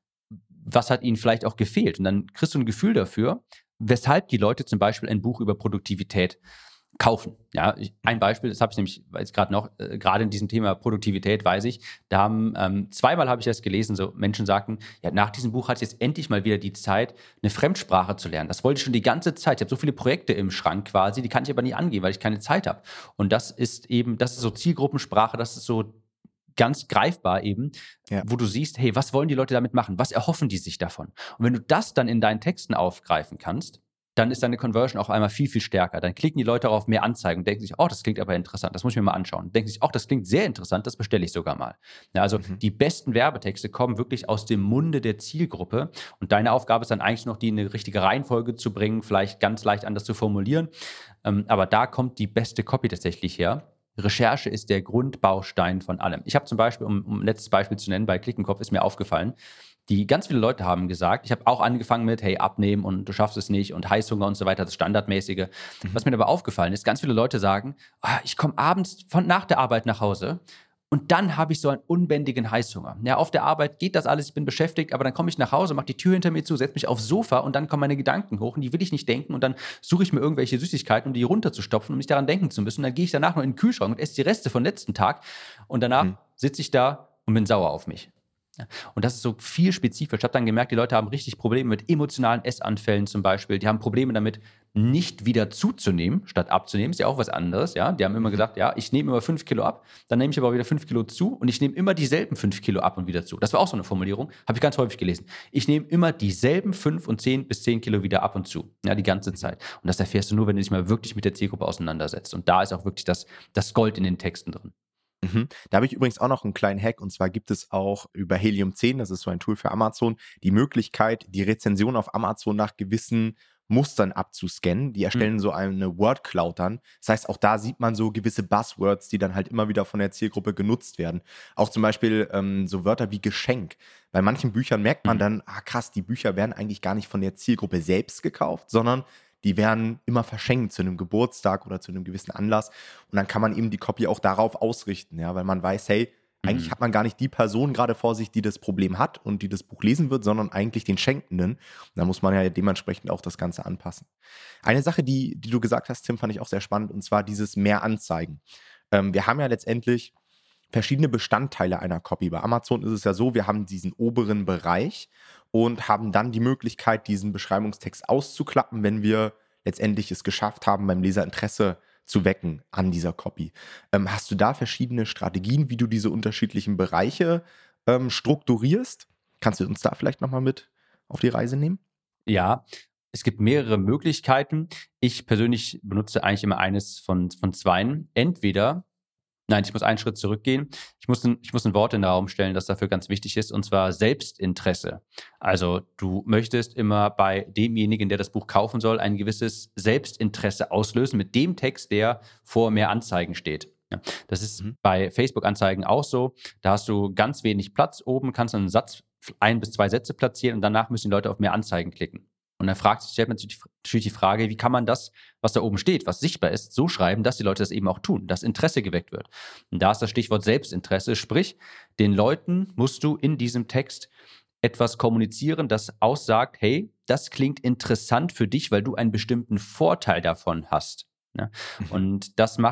B: Was hat ihnen vielleicht auch gefehlt? Und dann kriegst du ein Gefühl dafür, weshalb die Leute zum Beispiel ein Buch über Produktivität kaufen. Ja, ich, ein Beispiel, das habe ich nämlich jetzt gerade noch, äh, gerade in diesem Thema Produktivität weiß ich, da haben ähm, zweimal habe ich das gelesen, so Menschen sagten, ja, nach diesem Buch hatte ich jetzt endlich mal wieder die Zeit, eine Fremdsprache zu lernen. Das wollte ich schon die ganze Zeit. Ich habe so viele Projekte im Schrank quasi, die kann ich aber nie angehen, weil ich keine Zeit habe. Und das ist eben, das ist so Zielgruppensprache, das ist so ganz greifbar eben, ja, wo du siehst, hey, was wollen die Leute damit machen? Was erhoffen die sich davon? Und wenn du das dann in deinen Texten aufgreifen kannst, dann ist deine Conversion auch einmal viel, viel stärker. Dann klicken die Leute auf mehr Anzeigen und denken sich, oh, das klingt aber interessant, das muss ich mir mal anschauen. Denken sich, oh, das klingt sehr interessant, das bestelle ich sogar mal. Ja, also mhm. die besten Werbetexte kommen wirklich aus dem Munde der Zielgruppe und deine Aufgabe ist dann eigentlich noch, die in eine richtige Reihenfolge zu bringen, vielleicht ganz leicht anders zu formulieren. Ähm, aber da kommt die beste Copy tatsächlich her. Recherche ist der Grundbaustein von allem. Ich habe zum Beispiel, um, um ein letztes Beispiel zu nennen, bei Klickenkopf ist mir aufgefallen, die ganz viele Leute haben gesagt, ich habe auch angefangen mit, hey, abnehmen und du schaffst es nicht und Heißhunger und so weiter, das Standardmäßige. Mhm. Was mir aber aufgefallen ist, ganz viele Leute sagen, ah, ich komme abends von nach der Arbeit nach Hause und dann habe ich so einen unbändigen Heißhunger. Ja, auf der Arbeit geht das alles, ich bin beschäftigt, aber dann komme ich nach Hause, mache die Tür hinter mir zu, setze mich aufs Sofa und dann kommen meine Gedanken hoch und die will ich nicht denken und dann suche ich mir irgendwelche Süßigkeiten, um die runterzustopfen, um nicht daran denken zu müssen. Und dann gehe ich danach noch in den Kühlschrank und esse die Reste von letzten Tag und danach mhm. sitze ich da und bin sauer auf mich. Und das ist so viel spezifisch. Ich habe dann gemerkt, die Leute haben richtig Probleme mit emotionalen Essanfällen zum Beispiel. Die haben Probleme damit, nicht wieder zuzunehmen, statt abzunehmen. Ist ja auch was anderes. Ja? Die haben immer gesagt, ja, ich nehme immer fünf Kilo ab, dann nehme ich aber wieder fünf Kilo zu und ich nehme immer dieselben fünf Kilo ab und wieder zu. Das war auch so eine Formulierung, habe ich ganz häufig gelesen. Ich nehme immer dieselben fünf und zehn bis zehn Kilo wieder ab und zu. Ja, die ganze Zeit. Und das erfährst du nur, wenn du dich mal wirklich mit der Zielgruppe auseinandersetzt. Und da ist auch wirklich das, das Gold in den Texten drin.
A: Mhm. Da habe ich übrigens auch noch einen kleinen Hack und zwar gibt es auch über Helium zehn, das ist so ein Tool für Amazon, die Möglichkeit, die Rezension auf Amazon nach gewissen Mustern abzuscannen. Die erstellen mhm. so eine Word Cloud dann. Das heißt, auch da sieht man so gewisse Buzzwords, die dann halt immer wieder von der Zielgruppe genutzt werden. Auch zum Beispiel ähm, so Wörter wie Geschenk. Bei manchen Büchern merkt man dann, ah krass, die Bücher werden eigentlich gar nicht von der Zielgruppe selbst gekauft, sondern die werden immer verschenkt zu einem Geburtstag oder zu einem gewissen Anlass. Und dann kann man eben die Copy auch darauf ausrichten, ja, weil man weiß, hey, eigentlich mhm. hat man gar nicht die Person gerade vor sich, die das Problem hat und die das Buch lesen wird, sondern eigentlich den Schenkenden. Und da muss man ja dementsprechend auch das Ganze anpassen. Eine Sache, die, die du gesagt hast, Tim, fand ich auch sehr spannend, und zwar dieses mehr Anzeigen. Ähm, wir haben ja letztendlich verschiedene Bestandteile einer Copy. Bei Amazon ist es ja so, wir haben diesen oberen Bereich und haben dann die Möglichkeit, diesen Beschreibungstext auszuklappen, wenn wir letztendlich es geschafft haben, beim Leser Interesse zu wecken an dieser Copy. Ähm, hast du da verschiedene Strategien, wie du diese unterschiedlichen Bereiche ähm, strukturierst? Kannst du uns da vielleicht nochmal mit auf die Reise nehmen?
B: Ja, es gibt mehrere Möglichkeiten. Ich persönlich benutze eigentlich immer eines von, von zweien. Entweder Nein, ich muss einen Schritt zurückgehen. Ich muss, ein, ich muss ein Wort in den Raum stellen, das dafür ganz wichtig ist, und zwar Selbstinteresse. Also du möchtest immer bei demjenigen, der das Buch kaufen soll, ein gewisses Selbstinteresse auslösen mit dem Text, der vor mehr Anzeigen steht. Ja, das ist mhm. bei Facebook-Anzeigen auch so. Da hast du ganz wenig Platz oben, kannst einen Satz, ein bis zwei Sätze platzieren und danach müssen die Leute auf mehr Anzeigen klicken. Und dann fragt, stellt man sich natürlich die Frage, wie kann man das, was da oben steht, was sichtbar ist, so schreiben, dass die Leute das eben auch tun, dass Interesse geweckt wird. Und da ist das Stichwort Selbstinteresse, sprich, den Leuten musst du in diesem Text etwas kommunizieren, das aussagt, hey, das klingt interessant für dich, weil du einen bestimmten Vorteil davon hast. Ja? Mhm. Und das mache ich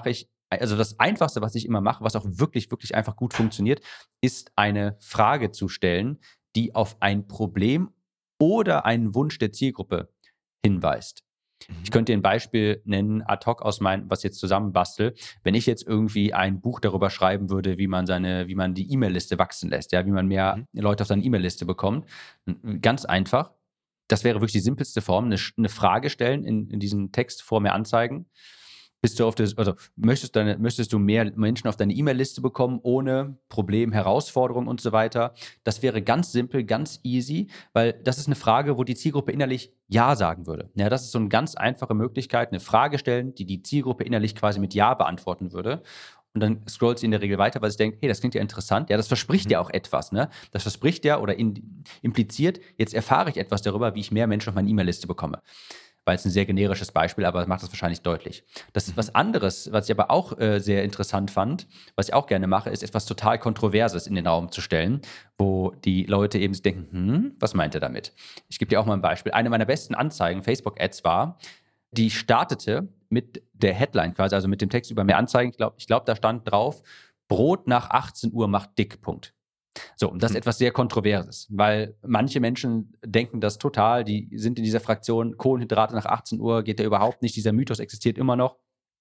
B: also das Einfachste, was ich immer mache, was auch wirklich, wirklich einfach gut funktioniert, ist eine Frage zu stellen, die auf ein Problem oder einen Wunsch der Zielgruppe hinweist. Ich
A: Mhm.
B: könnte dir ein Beispiel nennen, ad hoc aus meinem, was ich jetzt zusammenbastel. Wenn ich jetzt irgendwie ein Buch darüber schreiben würde, wie man seine, wie man die E-Mail-Liste wachsen lässt, ja, wie man mehr
A: Mhm.
B: Leute auf seine E-Mail-Liste bekommt, ganz einfach. Das wäre wirklich die simpelste Form, eine, eine Frage stellen in, in diesen Text vor mir anzeigen. Bist du auf das, also möchtest, deine, möchtest du mehr Menschen auf deine E-Mail-Liste bekommen, ohne Problem, Herausforderungen und so weiter? Das wäre ganz simpel, ganz easy, weil das ist eine Frage, wo die Zielgruppe innerlich Ja sagen würde. Ja, das ist so eine ganz einfache Möglichkeit, eine Frage stellen, die die Zielgruppe innerlich quasi mit Ja beantworten würde. Und dann scrollt sie in der Regel weiter, weil sie denkt, hey, das klingt ja interessant. Ja, das verspricht
A: Mhm.
B: ja auch etwas. Ne? Das verspricht ja oder in, impliziert, jetzt erfahre ich etwas darüber, wie ich mehr Menschen auf meine E-Mail-Liste bekomme. Weil es ein sehr generisches Beispiel, aber es macht das wahrscheinlich deutlich. Das ist
A: Mhm.
B: was anderes, was ich aber auch äh, sehr interessant fand, was ich auch gerne mache, ist etwas total Kontroverses in den Raum zu stellen, wo die Leute eben denken, hm, was meint er damit? Ich gebe dir auch mal ein Beispiel. Eine meiner besten Anzeigen, Facebook-Ads war, die startete mit der Headline quasi, also mit dem Text über mehr Anzeigen. Ich glaube, ich glaub, da stand drauf, Brot nach achtzehn Uhr macht dick, Punkt. So, und das ist
A: Mhm.
B: etwas sehr Kontroverses, weil manche Menschen denken das total, die sind in dieser Fraktion, Kohlenhydrate nach achtzehn Uhr geht ja überhaupt nicht, dieser Mythos existiert immer noch.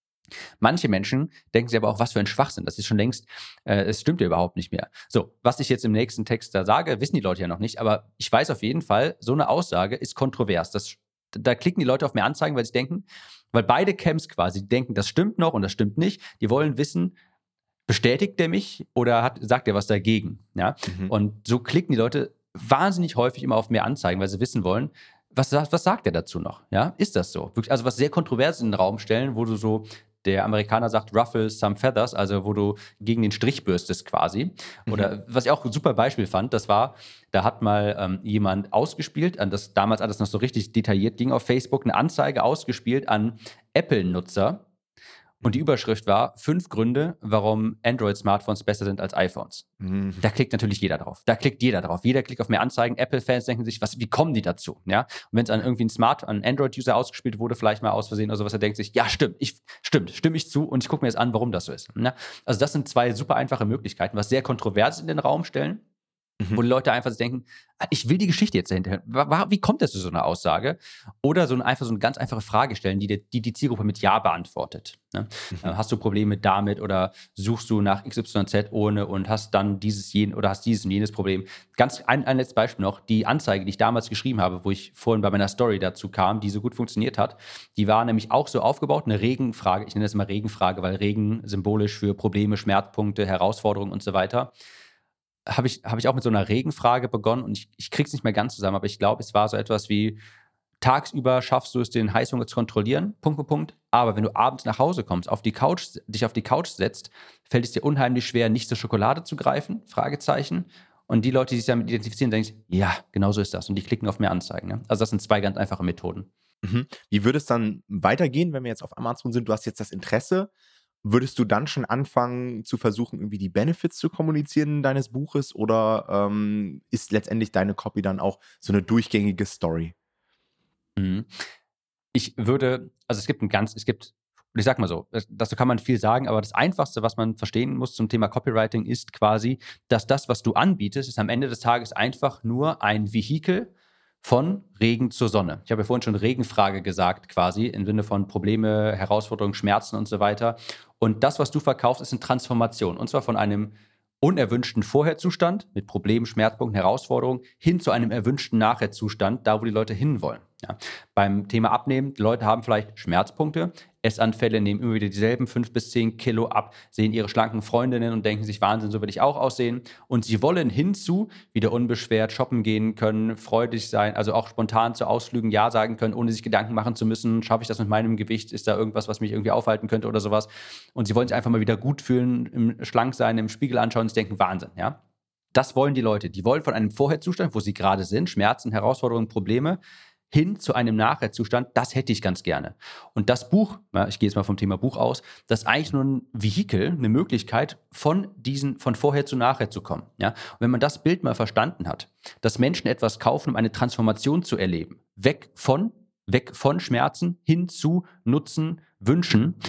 B: Manche Menschen denken sich aber auch, was für ein Schwachsinn, das ist schon längst, äh, es stimmt ja überhaupt nicht mehr. So, was ich jetzt im nächsten Text da sage, wissen die Leute ja noch nicht, aber ich weiß auf jeden Fall, so eine Aussage ist kontrovers. Das, da klicken die Leute auf mehr Anzeigen, weil sie denken, weil beide Camps quasi denken, das stimmt noch und das stimmt nicht. Die wollen wissen, bestätigt der mich oder hat, sagt er was dagegen? Ja?
A: Mhm.
B: Und so klicken die Leute wahnsinnig häufig immer auf mehr Anzeigen, weil sie wissen wollen, was, was sagt er dazu noch? Ja? Ist das so? Wirklich, also was sehr Kontroverses in den Raum stellen, wo du so, der Amerikaner sagt, ruffle some feathers, also wo du gegen den Strich bürstest quasi.
A: Mhm.
B: Oder was ich auch ein super Beispiel fand, das war, da hat mal ähm, jemand ausgespielt, an das damals alles noch so richtig detailliert ging auf Facebook, eine Anzeige ausgespielt an Apple-Nutzer. Und die
A: Mhm.
B: Überschrift war, fünf Gründe, warum Android-Smartphones besser sind als iPhones.
A: Mhm.
B: Da klickt natürlich jeder drauf. Da klickt jeder drauf. Jeder klickt auf mehr Anzeigen. Apple-Fans denken sich, was, wie kommen die dazu? Ja? Und wenn es an irgendwie ein Smart, an Android-User ausgespielt wurde, vielleicht mal aus Versehen oder sowas, er denkt sich, ja, stimmt, ich, stimmt, stimme ich zu und ich gucke mir jetzt an, warum das so ist. Ja? Also das sind zwei super einfache Möglichkeiten, was sehr kontrovers in den Raum stellen,
A: Mhm.
B: wo die Leute einfach denken, ich will die Geschichte jetzt dahinter. Wie kommt das zu so einer Aussage? Oder so ein, einfach so eine ganz einfache Frage stellen, die die, die Zielgruppe mit Ja beantwortet. Ne?
A: Mhm.
B: Hast du Probleme damit oder suchst du nach X Y Z ohne und hast dann dieses jen oder hast dieses und jenes Problem? Ganz ein, ein letztes Beispiel noch. Die Anzeige, die ich damals geschrieben habe, wo ich vorhin bei meiner Story dazu kam, die so gut funktioniert hat, die war nämlich auch so aufgebaut, eine Regenfrage. Ich nenne das immer Regenfrage, weil Regen symbolisch für Probleme, Schmerzpunkte, Herausforderungen und so weiter. Habe ich, hab ich auch mit so einer Regenfrage begonnen und ich, ich kriege es nicht mehr ganz zusammen, aber ich glaube, es war so etwas wie, tagsüber schaffst du es, den Heißhunger zu kontrollieren, Punkt, Punkt, Punkt. Aber wenn du abends nach Hause kommst, auf die Couch, dich auf die Couch setzt, fällt es dir unheimlich schwer, nicht zur Schokolade zu greifen, Fragezeichen. Und die Leute, die sich damit identifizieren, denken, ja, genau so ist das. Und die klicken auf mehr Anzeigen. Ne? Also das sind zwei ganz einfache Methoden.
A: Mhm. Wie würde es dann weitergehen, wenn wir jetzt auf Amazon sind? Du hast jetzt das Interesse. Würdest du dann schon anfangen zu versuchen, irgendwie die Benefits zu kommunizieren deines Buches oder ähm, ist letztendlich deine Copy dann auch so eine durchgängige Story?
B: Mhm. Ich würde, also es gibt ein ganz, es gibt, ich sag mal so, dazu kann man viel sagen, aber das Einfachste, was man verstehen muss zum Thema Copywriting, ist quasi, dass das, was du anbietest, ist am Ende des Tages einfach nur ein Vehikel von Regen zur Sonne. Ich habe ja vorhin schon Regenfrage gesagt, quasi, im Sinne von Probleme, Herausforderungen, Schmerzen und so weiter. Und das, was du verkaufst, ist eine Transformation. Und zwar von einem unerwünschten Vorherzustand mit Problemen, Schmerzpunkten, Herausforderungen hin zu einem erwünschten Nachherzustand, da wo die Leute hinwollen. Ja. Beim Thema Abnehmen, die Leute haben vielleicht Schmerzpunkte, Essanfälle, nehmen immer wieder dieselben fünf bis zehn Kilo ab, sehen ihre schlanken Freundinnen und denken sich, Wahnsinn, so will ich auch aussehen. Und sie wollen hinzu wieder unbeschwert shoppen gehen können, freudig sein, also auch spontan zu Ausflügen Ja sagen können, ohne sich Gedanken machen zu müssen, schaffe ich das mit meinem Gewicht, ist da irgendwas, was mich irgendwie aufhalten könnte oder sowas. Und sie wollen sich einfach mal wieder gut fühlen, im Schlanksein, im Spiegel anschauen und sich denken, Wahnsinn, ja. Das wollen die Leute. Die wollen von einem Vorherzustand, wo sie gerade sind, Schmerzen, Herausforderungen, Probleme, hin zu einem Nachherzustand, das hätte ich ganz gerne. Und das Buch, ich gehe jetzt mal vom Thema Buch aus, das ist eigentlich nur ein Vehikel, eine Möglichkeit, von diesen, von vorher zu nachher zu kommen. Ja? Und wenn man das Bild mal verstanden hat, dass Menschen etwas kaufen, um eine Transformation zu erleben, weg von, weg von Schmerzen hin zu Nutzen, Wünschen,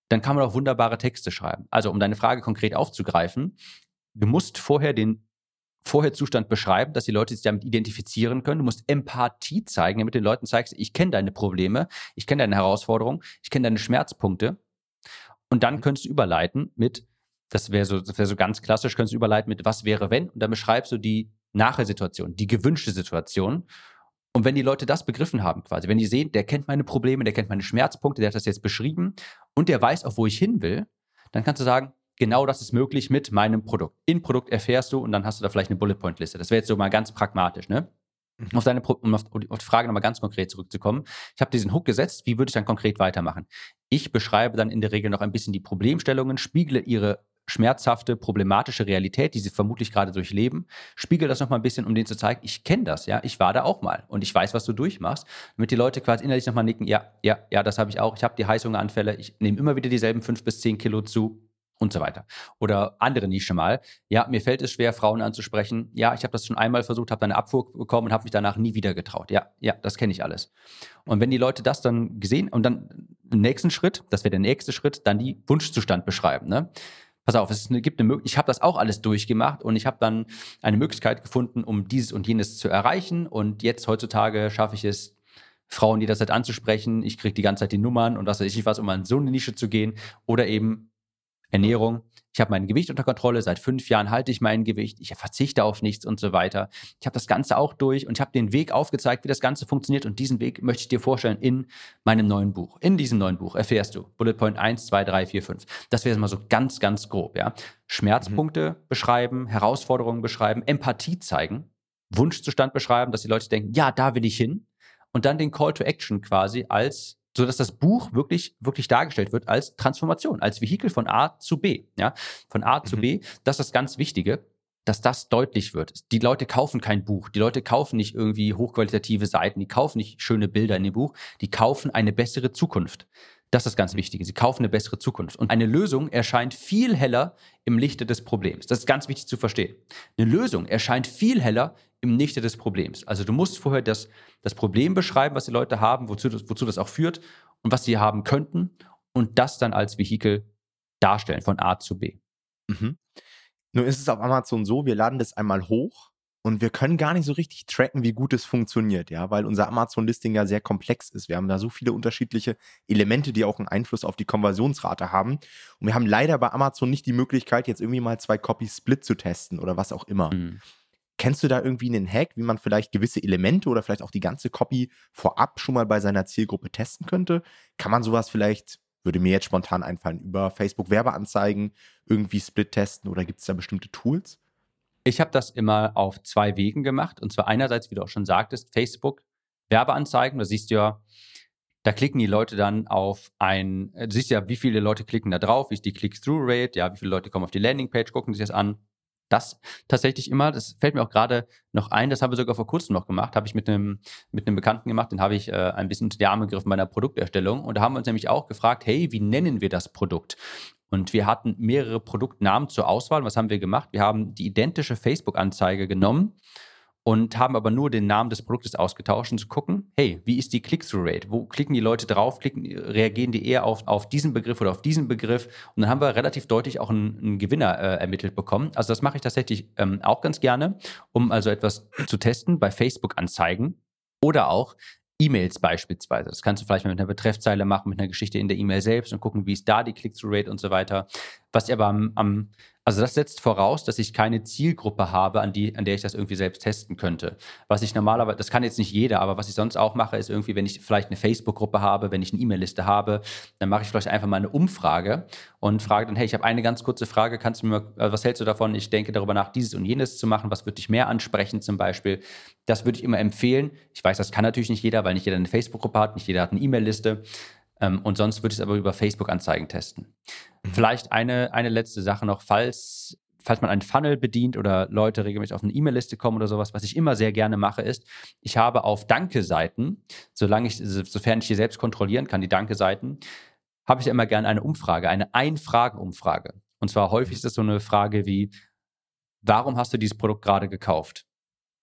B: dann kann man auch wunderbare Texte schreiben. Also um deine Frage konkret aufzugreifen, du musst vorher den Vorherzustand beschreiben, dass die Leute sich damit identifizieren können. Du musst Empathie zeigen, damit du den Leuten zeigst, ich kenne deine Probleme, ich kenne deine Herausforderungen, ich kenne deine Schmerzpunkte. Und dann könntest du überleiten mit, das wäre so, das wäre so ganz klassisch, könntest du überleiten mit, was wäre wenn? Und dann beschreibst du die Nachher-Situation, die gewünschte Situation. Und wenn die Leute das begriffen haben quasi, wenn die sehen, der kennt meine Probleme, der kennt meine Schmerzpunkte, der hat das jetzt beschrieben und der weiß auch, wo ich hin will, dann kannst du sagen, genau das ist möglich mit meinem Produkt. In Produkt erfährst du und dann hast du da vielleicht eine Bullet-Point-Liste. Das wäre jetzt so mal ganz pragmatisch, ne? Mhm. Auf deine, um auf, auf die Frage nochmal ganz konkret zurückzukommen. Ich habe diesen Hook gesetzt, wie würde ich dann konkret weitermachen? Ich beschreibe dann in der Regel noch ein bisschen die Problemstellungen, spiegle ihre schmerzhafte, problematische Realität, die sie vermutlich gerade durchleben, spiegel das nochmal ein bisschen, um denen zu zeigen, ich kenne das, ja, ich war da auch mal und ich weiß, was du durchmachst, damit die Leute quasi innerlich nochmal nicken, ja, ja, ja, das habe ich auch, ich habe die Heißhungeranfälle, ich nehme immer wieder dieselben fünf bis zehn Kilo zu und so weiter. Oder andere Nische mal, ja, mir fällt es schwer, Frauen anzusprechen, ja, ich habe das schon einmal versucht, habe eine Abfuhr bekommen und habe mich danach nie wieder getraut, ja, ja, das kenne ich alles. Und wenn die Leute das dann gesehen und dann im nächsten Schritt, das wäre der nächste Schritt, dann die Wunschzustand beschreiben, ne? Pass auf, es gibt eine Möglichkeit, ich habe das auch alles durchgemacht und ich habe dann eine Möglichkeit gefunden, um dieses und jenes zu erreichen. Und jetzt heutzutage schaffe ich es, Frauen jederzeit anzusprechen. Ich kriege die ganze Zeit die Nummern und was weiß ich was, um an so eine Nische zu gehen. Oder eben Ernährung. Ich habe mein Gewicht unter Kontrolle, seit fünf Jahren halte ich mein Gewicht, ich verzichte auf nichts und so weiter. Ich habe das Ganze auch durch und ich habe den Weg aufgezeigt, wie das Ganze funktioniert und diesen Weg möchte ich dir vorstellen in meinem neuen Buch. In diesem neuen Buch erfährst du Bullet Point eins, zwei, drei, vier, fünf. Das wäre mal so ganz, ganz grob. Ja. Schmerzpunkte mhm. beschreiben, Herausforderungen beschreiben, Empathie zeigen, Wunschzustand beschreiben, dass die Leute denken, ja, da will ich hin und dann den Call to Action quasi als so dass das Buch wirklich, wirklich dargestellt wird als Transformation, als Vehikel von A zu B, ja, von A mhm. zu B. Das ist das ganz Wichtige, dass das deutlich wird. Die Leute kaufen kein Buch, die Leute kaufen nicht irgendwie hochqualitative Seiten, die kaufen nicht schöne Bilder in dem Buch, die kaufen eine bessere Zukunft. Das ist das ganz Wichtige. Sie kaufen eine bessere Zukunft. Und eine Lösung erscheint viel heller im Lichte des Problems. Das ist ganz wichtig zu verstehen. Eine Lösung erscheint viel heller im Lichte des Problems. Also du musst vorher das, das Problem beschreiben, was die Leute haben, wozu das, wozu das auch führt und was sie haben könnten und das dann als Vehikel darstellen von A zu B.
A: Mhm. Nun ist es auf Amazon so, wir laden das einmal hoch und wir können gar nicht so richtig tracken, wie gut es funktioniert, ja, weil unser Amazon-Listing ja sehr komplex ist. Wir haben da so viele unterschiedliche Elemente, die auch einen Einfluss auf die Konversionsrate haben. Und wir haben leider bei Amazon nicht die Möglichkeit, jetzt irgendwie mal zwei Copies Split zu testen oder was auch immer. Mhm. Kennst du da irgendwie einen Hack, wie man vielleicht gewisse Elemente oder vielleicht auch die ganze Copy vorab schon mal bei seiner Zielgruppe testen könnte? Kann man sowas vielleicht, würde mir jetzt spontan einfallen, über Facebook-Werbeanzeigen irgendwie Split testen oder gibt es da bestimmte Tools?
B: Ich habe das immer auf zwei Wegen gemacht. Und zwar einerseits, wie du auch schon sagtest, Facebook-Werbeanzeigen. Da siehst du ja, da klicken die Leute dann auf ein, du siehst ja, wie viele Leute klicken da drauf, wie ist die Click-Through-Rate, ja, wie viele Leute kommen auf die Landingpage, gucken sich das an. Das tatsächlich immer, das fällt mir auch gerade noch ein, das haben wir sogar vor kurzem noch gemacht, habe ich mit einem mit einem Bekannten gemacht, den habe ich äh, ein bisschen unter die Arme gegriffen bei einer Produkterstellung und da haben wir uns nämlich auch gefragt, hey, wie nennen wir das Produkt? Und wir hatten mehrere Produktnamen zur Auswahl. Was haben wir gemacht? Wir haben die identische Facebook-Anzeige genommen und haben aber nur den Namen des Produktes ausgetauscht, um zu gucken, hey, wie ist die Click-Through-Rate? Wo klicken die Leute drauf? Klicken, reagieren die eher auf, auf diesen Begriff oder auf diesen Begriff? Und dann haben wir relativ deutlich auch einen, einen Gewinner äh, ermittelt bekommen. Also das mache ich tatsächlich ähm, auch ganz gerne, um also etwas zu testen bei Facebook-Anzeigen oder auch E-Mails beispielsweise. Das kannst du vielleicht mal mit einer Betreffzeile machen, mit einer Geschichte in der E-Mail selbst und gucken, wie ist da die Click-Through-Rate und so weiter. Was ich aber am, am Also das setzt voraus, dass ich keine Zielgruppe habe, an, die, an der ich das irgendwie selbst testen könnte. Was ich normalerweise, das kann jetzt nicht jeder, aber was ich sonst auch mache, ist irgendwie, wenn ich vielleicht eine Facebook-Gruppe habe, wenn ich eine E-Mail-Liste habe, dann mache ich vielleicht einfach mal eine Umfrage und frage dann, hey, ich habe eine ganz kurze Frage, kannst du mir mal, was hältst du davon? Ich denke darüber nach, dieses und jenes zu machen, was würde dich mehr ansprechen zum Beispiel? Das würde ich immer empfehlen. Ich weiß, das kann natürlich nicht jeder, weil nicht jeder eine Facebook-Gruppe hat, nicht jeder hat eine E-Mail-Liste. Ähm, und sonst würde ich es aber über Facebook-Anzeigen testen. Mhm. Vielleicht eine, eine letzte Sache noch, falls, falls man einen Funnel bedient oder Leute regelmäßig auf eine E-Mail-Liste kommen oder sowas, was ich immer sehr gerne mache, ist, ich habe auf Danke-Seiten, solange ich, sofern ich die selbst kontrollieren kann, die Danke-Seiten, habe ich immer gerne eine Umfrage, eine Ein-Fragen-Umfrage. Und zwar häufig ist das so eine Frage wie, warum hast du dieses Produkt gerade gekauft?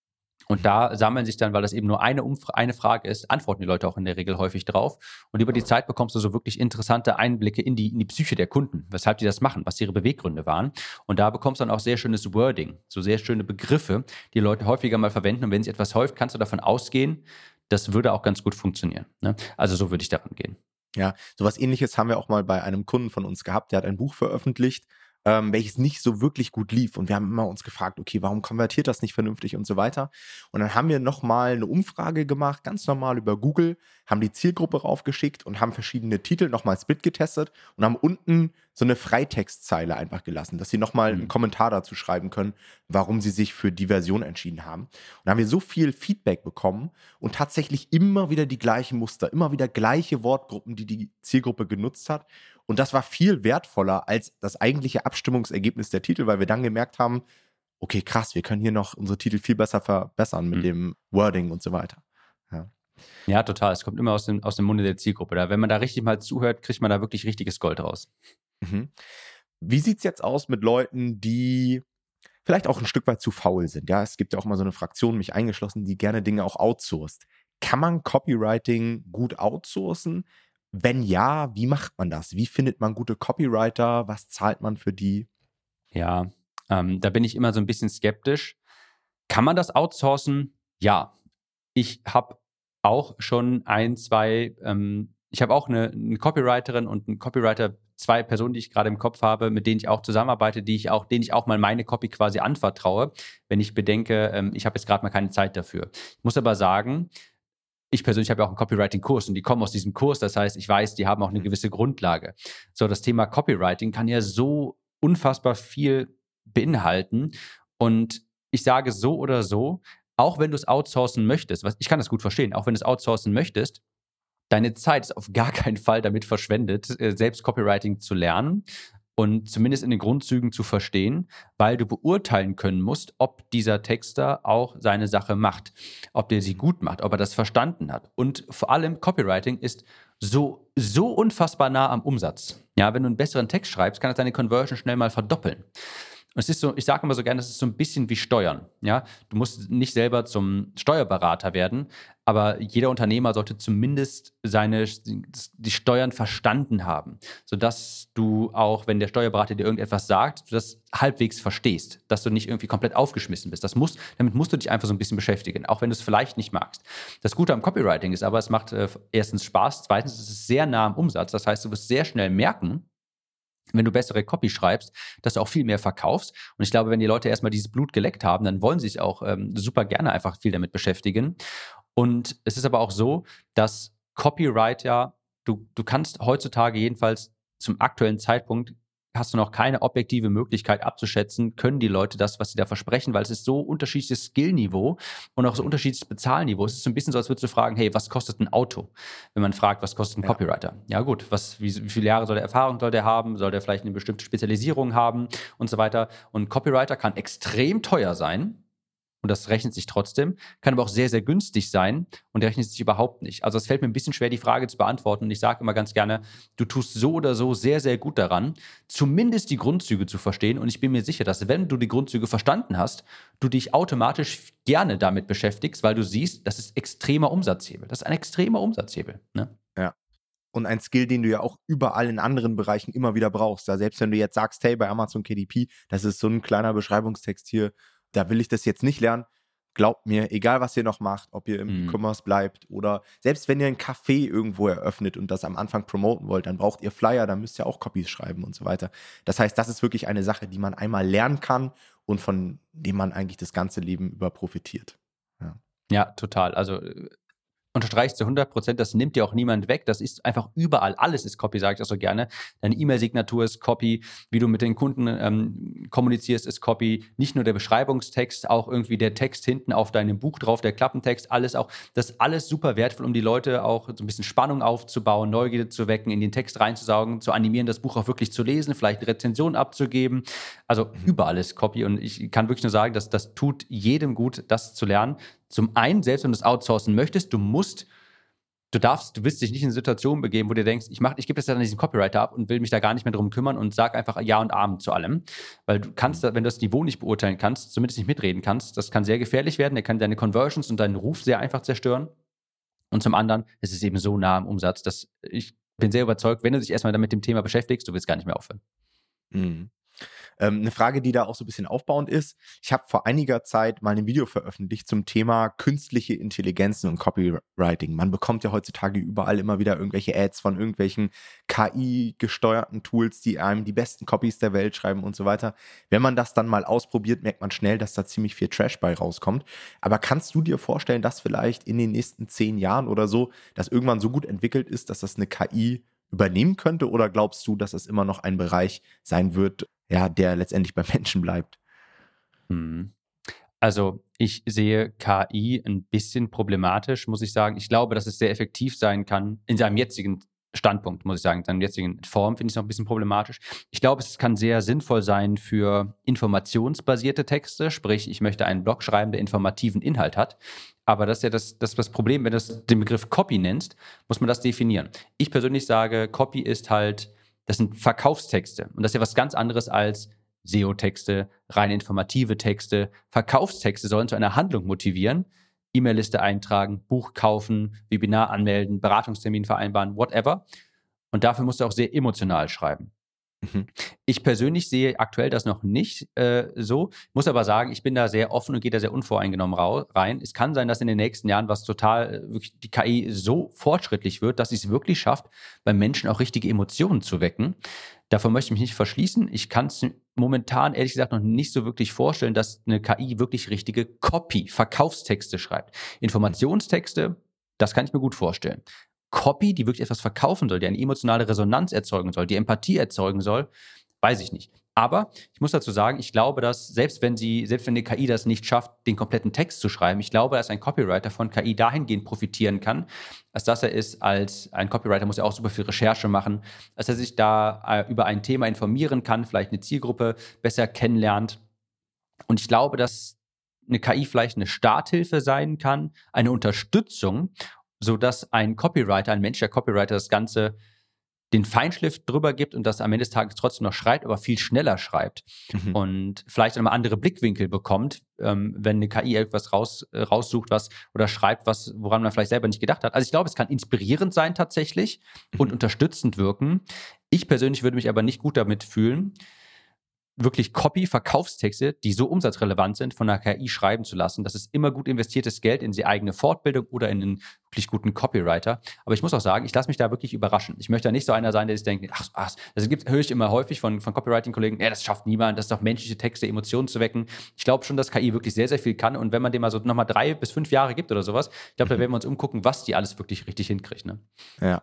B: Und da sammeln sich dann, weil das eben nur eine, Umfra- eine Frage ist, antworten die Leute auch in der Regel häufig drauf. Und über die Zeit bekommst du so wirklich interessante Einblicke in die, in die Psyche der Kunden, weshalb die das machen, was ihre Beweggründe waren. Und da bekommst du dann auch sehr schönes Wording, so sehr schöne Begriffe, die Leute häufiger mal verwenden. Und wenn sich etwas häuft, kannst du davon ausgehen, das würde auch ganz gut funktionieren. Ne? Also so würde ich daran gehen.
A: Ja, sowas Ähnliches haben wir auch mal bei einem Kunden von uns gehabt, der hat ein Buch veröffentlicht, ähm, welches nicht so wirklich gut lief. Und wir haben immer uns gefragt, okay, warum konvertiert das nicht vernünftig und so weiter. Und dann haben wir nochmal eine Umfrage gemacht, ganz normal über Google, haben die Zielgruppe raufgeschickt und haben verschiedene Titel nochmal split getestet und haben unten so eine Freitextzeile einfach gelassen, dass sie nochmal einen
B: Mhm.
A: Kommentar dazu schreiben können, warum sie sich für die Version entschieden haben. Und da haben wir so viel Feedback bekommen und tatsächlich immer wieder die gleichen Muster, immer wieder gleiche Wortgruppen, die die Zielgruppe genutzt hat. Und das war viel wertvoller als das eigentliche Abstimmungsergebnis der Titel, weil wir dann gemerkt haben, okay, krass, wir können hier noch unsere Titel viel besser verbessern mit
B: Mhm.
A: dem Wording und so weiter. Ja.
B: Ja, total. Es kommt immer aus dem, aus dem Munde der Zielgruppe. Da, wenn man da richtig mal zuhört, kriegt man da wirklich richtiges Gold raus.
A: Mhm. Wie sieht es jetzt aus mit Leuten, die vielleicht auch ein Stück weit zu faul sind? Ja, es gibt ja auch mal so eine Fraktion, mich eingeschlossen, die gerne Dinge auch outsourced. Kann man Copywriting gut outsourcen? Wenn ja, wie macht man das? Wie findet man gute Copywriter? Was zahlt man für die?
B: Ja, ähm, da bin ich immer so ein bisschen skeptisch. Kann man das outsourcen? Ja. Ich habe auch schon ein, zwei, ähm, ich habe auch eine, eine Copywriterin und einen Copywriter, zwei Personen, die ich gerade im Kopf habe, mit denen ich auch zusammenarbeite, die ich auch, denen ich auch mal meine Copy quasi anvertraue, wenn ich bedenke, ähm, ich habe jetzt gerade mal keine Zeit dafür. Ich muss aber sagen, ich persönlich habe ja auch einen Copywriting-Kurs und die kommen aus diesem Kurs, das heißt, ich weiß, die haben auch eine
A: Mhm.
B: gewisse Grundlage. So, das Thema Copywriting kann ja so unfassbar viel beinhalten und ich sage so oder so, auch wenn du es outsourcen möchtest, was ich kann das gut verstehen, auch wenn du es outsourcen möchtest, deine Zeit ist auf gar keinen Fall damit verschwendet, äh, selbst Copywriting zu lernen und zumindest in den Grundzügen zu verstehen, weil du beurteilen können musst, ob dieser Texter auch seine Sache macht, ob der sie gut macht, ob er das verstanden hat. Und vor allem Copywriting ist so, so unfassbar nah am Umsatz. Ja, wenn du einen besseren Text schreibst, kann das deine Conversion schnell mal verdoppeln. Und es ist so, ich sage immer so gerne, das ist so ein bisschen wie Steuern. Ja? Du musst nicht selber zum Steuerberater werden, aber jeder Unternehmer sollte zumindest seine, die Steuern verstanden haben, sodass du auch, wenn der Steuerberater dir irgendetwas sagt, du das halbwegs verstehst, dass du nicht irgendwie komplett aufgeschmissen bist. Das muss, damit musst du dich einfach so ein bisschen beschäftigen, auch wenn du es vielleicht nicht magst. Das Gute am Copywriting ist aber, es macht äh, erstens Spaß, zweitens ist es sehr nah am Umsatz. Das heißt, du wirst sehr schnell merken, wenn du bessere Copy schreibst, dass du auch viel mehr verkaufst. Und ich glaube, wenn die Leute erstmal dieses Blut geleckt haben, dann wollen sie sich auch ähm, super gerne einfach viel damit beschäftigen. Und es ist aber auch so, dass Copywriter, du, du kannst heutzutage jedenfalls zum aktuellen Zeitpunkt, hast du noch keine objektive Möglichkeit abzuschätzen, können die Leute das, was sie da versprechen, weil es ist so unterschiedliches Skillniveau und auch so unterschiedliches Bezahlniveau. Es ist so ein bisschen so, als würdest du fragen, hey, was kostet ein Auto? Wenn man fragt, was kostet ein
A: Ja.
B: Copywriter? Ja gut, was, wie, wie viele Jahre soll der Erfahrung soll der haben? Soll der vielleicht eine bestimmte Spezialisierung haben und so weiter? Und ein Copywriter kann extrem teuer sein. Und das rechnet sich trotzdem, kann aber auch sehr, sehr günstig sein und der rechnet sich überhaupt nicht. Also es fällt mir ein bisschen schwer, die Frage zu beantworten. Und ich sage immer ganz gerne, du tust so oder so sehr, sehr gut daran, zumindest die Grundzüge zu verstehen. Und ich bin mir sicher, dass wenn du die Grundzüge verstanden hast, du dich automatisch gerne damit beschäftigst, weil du siehst, das ist extremer Umsatzhebel. Das ist ein extremer Umsatzhebel. Ne?
A: Ja. Und ein Skill, den du ja auch überall in anderen Bereichen immer wieder brauchst. Ja, selbst wenn du jetzt sagst, hey, bei Amazon K D P, das ist so ein kleiner Beschreibungstext hier, da will ich das jetzt nicht lernen. Glaubt mir, egal was ihr noch macht, ob ihr im
B: Mhm.
A: E-Commerce bleibt oder selbst wenn ihr ein Café irgendwo eröffnet und das am Anfang promoten wollt, dann braucht ihr Flyer, dann müsst ihr auch Copies schreiben und so weiter. Das heißt, das ist wirklich eine Sache, die man einmal lernen kann und von dem man eigentlich das ganze Leben über profitiert. Ja.
B: Ja, total. Also äh, unterstreichst zu hundert Prozent, das nimmt dir auch niemand weg. Das ist einfach überall. Alles ist Copy, sage ich auch so gerne. Deine E-Mail-Signatur ist Copy. Wie du mit den Kunden ähm, kommunizierst, ist Copy. Nicht nur der Beschreibungstext, auch irgendwie der Text hinten auf deinem Buch drauf, der Klappentext, alles auch. Das ist alles super wertvoll, um die Leute auch so ein bisschen Spannung aufzubauen, Neugierde zu wecken, in den Text reinzusaugen, zu animieren, das Buch auch wirklich zu lesen, vielleicht eine Rezension abzugeben. Also überall ist Copy. Und ich kann wirklich nur sagen, dass das tut jedem gut, das zu lernen. Zum einen, selbst wenn du es outsourcen möchtest, du musst du darfst, du willst dich nicht in eine Situation begeben, wo du denkst, ich mach, ich gebe das dann an diesen Copywriter ab und will mich da gar nicht mehr drum kümmern und sag einfach Ja und Amen zu allem. Weil du kannst, wenn du das Niveau nicht beurteilen kannst, zumindest nicht mitreden kannst, das kann sehr gefährlich werden, der kann deine Conversions und deinen Ruf sehr einfach zerstören. Und zum anderen ist es eben so nah am Umsatz, dass ich bin sehr überzeugt, wenn du dich erstmal damit dem Thema beschäftigst, du willst gar nicht mehr aufhören.
A: Mhm. Ähm, eine Frage, die da auch so ein bisschen aufbauend ist. Ich habe vor einiger Zeit mal ein Video veröffentlicht zum Thema künstliche Intelligenzen und Copywriting. Man bekommt ja heutzutage überall immer wieder irgendwelche Ads von irgendwelchen K I-gesteuerten Tools, die einem die besten Copies der Welt schreiben und so weiter. Wenn man das dann mal ausprobiert, merkt man schnell, dass da ziemlich viel Trash bei rauskommt. Aber kannst du dir vorstellen, dass vielleicht in den nächsten zehn Jahren oder so, das irgendwann so gut entwickelt ist, dass das eine K I übernehmen könnte? Oder glaubst du, dass es immer noch ein Bereich sein wird, ja, der letztendlich beim Menschen bleibt?
B: Hm. Also ich sehe K I ein bisschen problematisch, muss ich sagen. Ich glaube, dass es sehr effektiv sein kann in seinem jetzigen Standpunkt, muss ich sagen, in seiner jetzigen Form finde ich es noch ein bisschen problematisch. Ich glaube, es kann sehr sinnvoll sein für informationsbasierte Texte, sprich, ich möchte einen Blog schreiben, der informativen Inhalt hat. Aber das ist ja das, das, das Problem, wenn du das den Begriff Copy nennst, muss man das definieren. Ich persönlich sage, Copy ist halt, das sind Verkaufstexte. Und das ist ja was ganz anderes als S E O-Texte, rein informative Texte. Verkaufstexte sollen zu einer Handlung motivieren. E-Mail-Liste eintragen, Buch kaufen, Webinar anmelden, Beratungstermin vereinbaren, whatever. Und dafür musst du auch sehr emotional schreiben.
A: Mhm.
B: Ich persönlich sehe aktuell das noch nicht äh, so, muss aber sagen, ich bin da sehr offen und gehe da sehr unvoreingenommen rau- rein. Es kann sein, dass in den nächsten Jahren was total, äh, wirklich die K I so fortschrittlich wird, dass sie es wirklich schafft, beim Menschen auch richtige Emotionen zu wecken. Davon möchte ich mich nicht verschließen. Ich kann es momentan ehrlich gesagt noch nicht so wirklich vorstellen, dass eine K I wirklich richtige Copy, Verkaufstexte schreibt. Informationstexte, das kann ich mir gut vorstellen. Copy, die wirklich etwas verkaufen soll, die eine emotionale Resonanz erzeugen soll, die Empathie erzeugen soll, weiß ich nicht. Aber ich muss dazu sagen, ich glaube, dass selbst wenn sie, selbst wenn eine K I das nicht schafft, den kompletten Text zu schreiben, ich glaube, dass ein Copywriter von K I dahingehend profitieren kann, als dass er ist, als ein Copywriter muss ja auch super viel Recherche machen, dass er sich da äh, über ein Thema informieren kann, vielleicht eine Zielgruppe besser kennenlernt. Und ich glaube, dass eine K I vielleicht eine Starthilfe sein kann, eine Unterstützung, sodass ein Copywriter, ein menschlicher Copywriter das Ganze den Feinschliff drüber gibt und das am Ende des Tages trotzdem noch schreibt, aber viel schneller schreibt
A: Mhm.
B: und vielleicht auch mal andere Blickwinkel bekommt, ähm, wenn eine K I etwas raus, äh, raussucht was oder schreibt, was, woran man vielleicht selber nicht gedacht hat. Also ich glaube, es kann inspirierend sein tatsächlich und
A: Mhm.
B: unterstützend wirken. Ich persönlich würde mich aber nicht gut damit fühlen, wirklich Copy-Verkaufstexte, die so umsatzrelevant sind, von einer K I schreiben zu lassen. Das ist immer gut investiertes Geld in die eigene Fortbildung oder in einen wirklich guten Copywriter. Aber ich muss auch sagen, ich lasse mich da wirklich überraschen. Ich möchte da nicht so einer sein, der sich denkt, ach, ach das gibt, höre ich immer häufig von, von Copywriting-Kollegen, ja, das schafft niemand, das ist doch menschliche Texte, Emotionen zu wecken. Ich glaube schon, dass K I wirklich sehr, sehr viel kann. Und wenn man dem mal so nochmal drei bis fünf Jahre gibt oder sowas, ich glaube, da
A: Mhm.
B: werden wir uns umgucken, was die alles wirklich richtig hinkriegt. Ne?
A: Ja.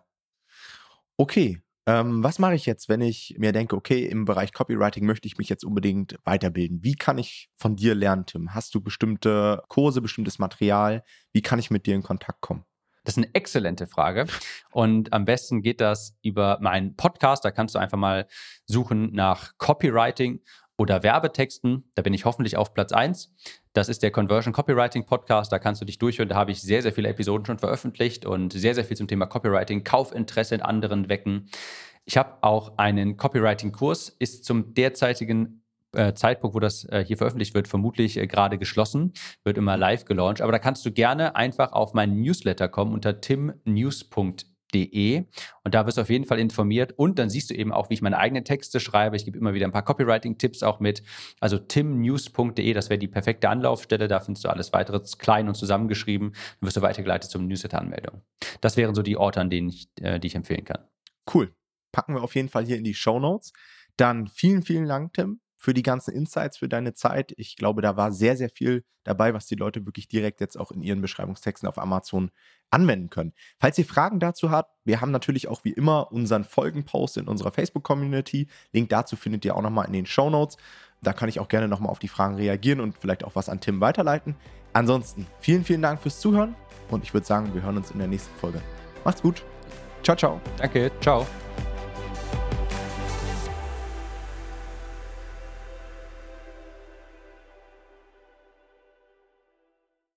A: Okay. Ähm, was mache ich jetzt, wenn ich mir denke, okay, im Bereich Copywriting möchte ich mich jetzt unbedingt weiterbilden? Wie kann ich von dir lernen, Tim? Hast du bestimmte Kurse, bestimmtes Material? Wie kann ich mit dir in Kontakt kommen?
B: Das ist eine exzellente Frage. Und am besten geht das über meinen Podcast. Da kannst du einfach mal suchen nach Copywriting oder Werbetexten. Da bin ich hoffentlich auf Platz eins. Das ist der Conversion Copywriting Podcast. Da kannst du dich durchhören. Da habe ich sehr, sehr viele Episoden schon veröffentlicht und sehr, sehr viel zum Thema Copywriting, Kaufinteresse in anderen wecken. Ich habe auch einen Copywriting-Kurs, ist zum derzeitigen äh, Zeitpunkt, wo das äh, hier veröffentlicht wird, vermutlich äh, gerade geschlossen, wird immer live gelauncht. Aber da kannst du gerne einfach auf meinen Newsletter kommen unter timnews punkt de und da wirst du auf jeden Fall informiert und dann siehst du eben auch, wie ich meine eigenen Texte schreibe. Ich gebe immer wieder ein paar Copywriting-Tipps auch mit. Also timnews punkt de, das wäre die perfekte Anlaufstelle. Da findest du alles weitere klein und zusammengeschrieben. Dann wirst du weitergeleitet zum Newsletter-Anmeldung. Das wären so die Orte, an denen ich, äh, die ich empfehlen kann.
A: Cool. Packen wir auf jeden Fall hier in die Shownotes. Dann vielen, vielen Dank, Tim, für die ganzen Insights, für deine Zeit. Ich glaube, da war sehr, sehr viel dabei, was die Leute wirklich direkt jetzt auch in ihren Beschreibungstexten auf Amazon anwenden können. Falls ihr Fragen dazu habt, wir haben natürlich auch wie immer unseren Folgenpost in unserer Facebook-Community. Link dazu findet ihr auch nochmal in den Shownotes. Da kann ich auch gerne nochmal auf die Fragen reagieren und vielleicht auch was an Tim weiterleiten. Ansonsten vielen, vielen Dank fürs Zuhören und ich würde sagen, wir hören uns in der nächsten Folge. Macht's gut. Ciao, ciao.
B: Danke, ciao.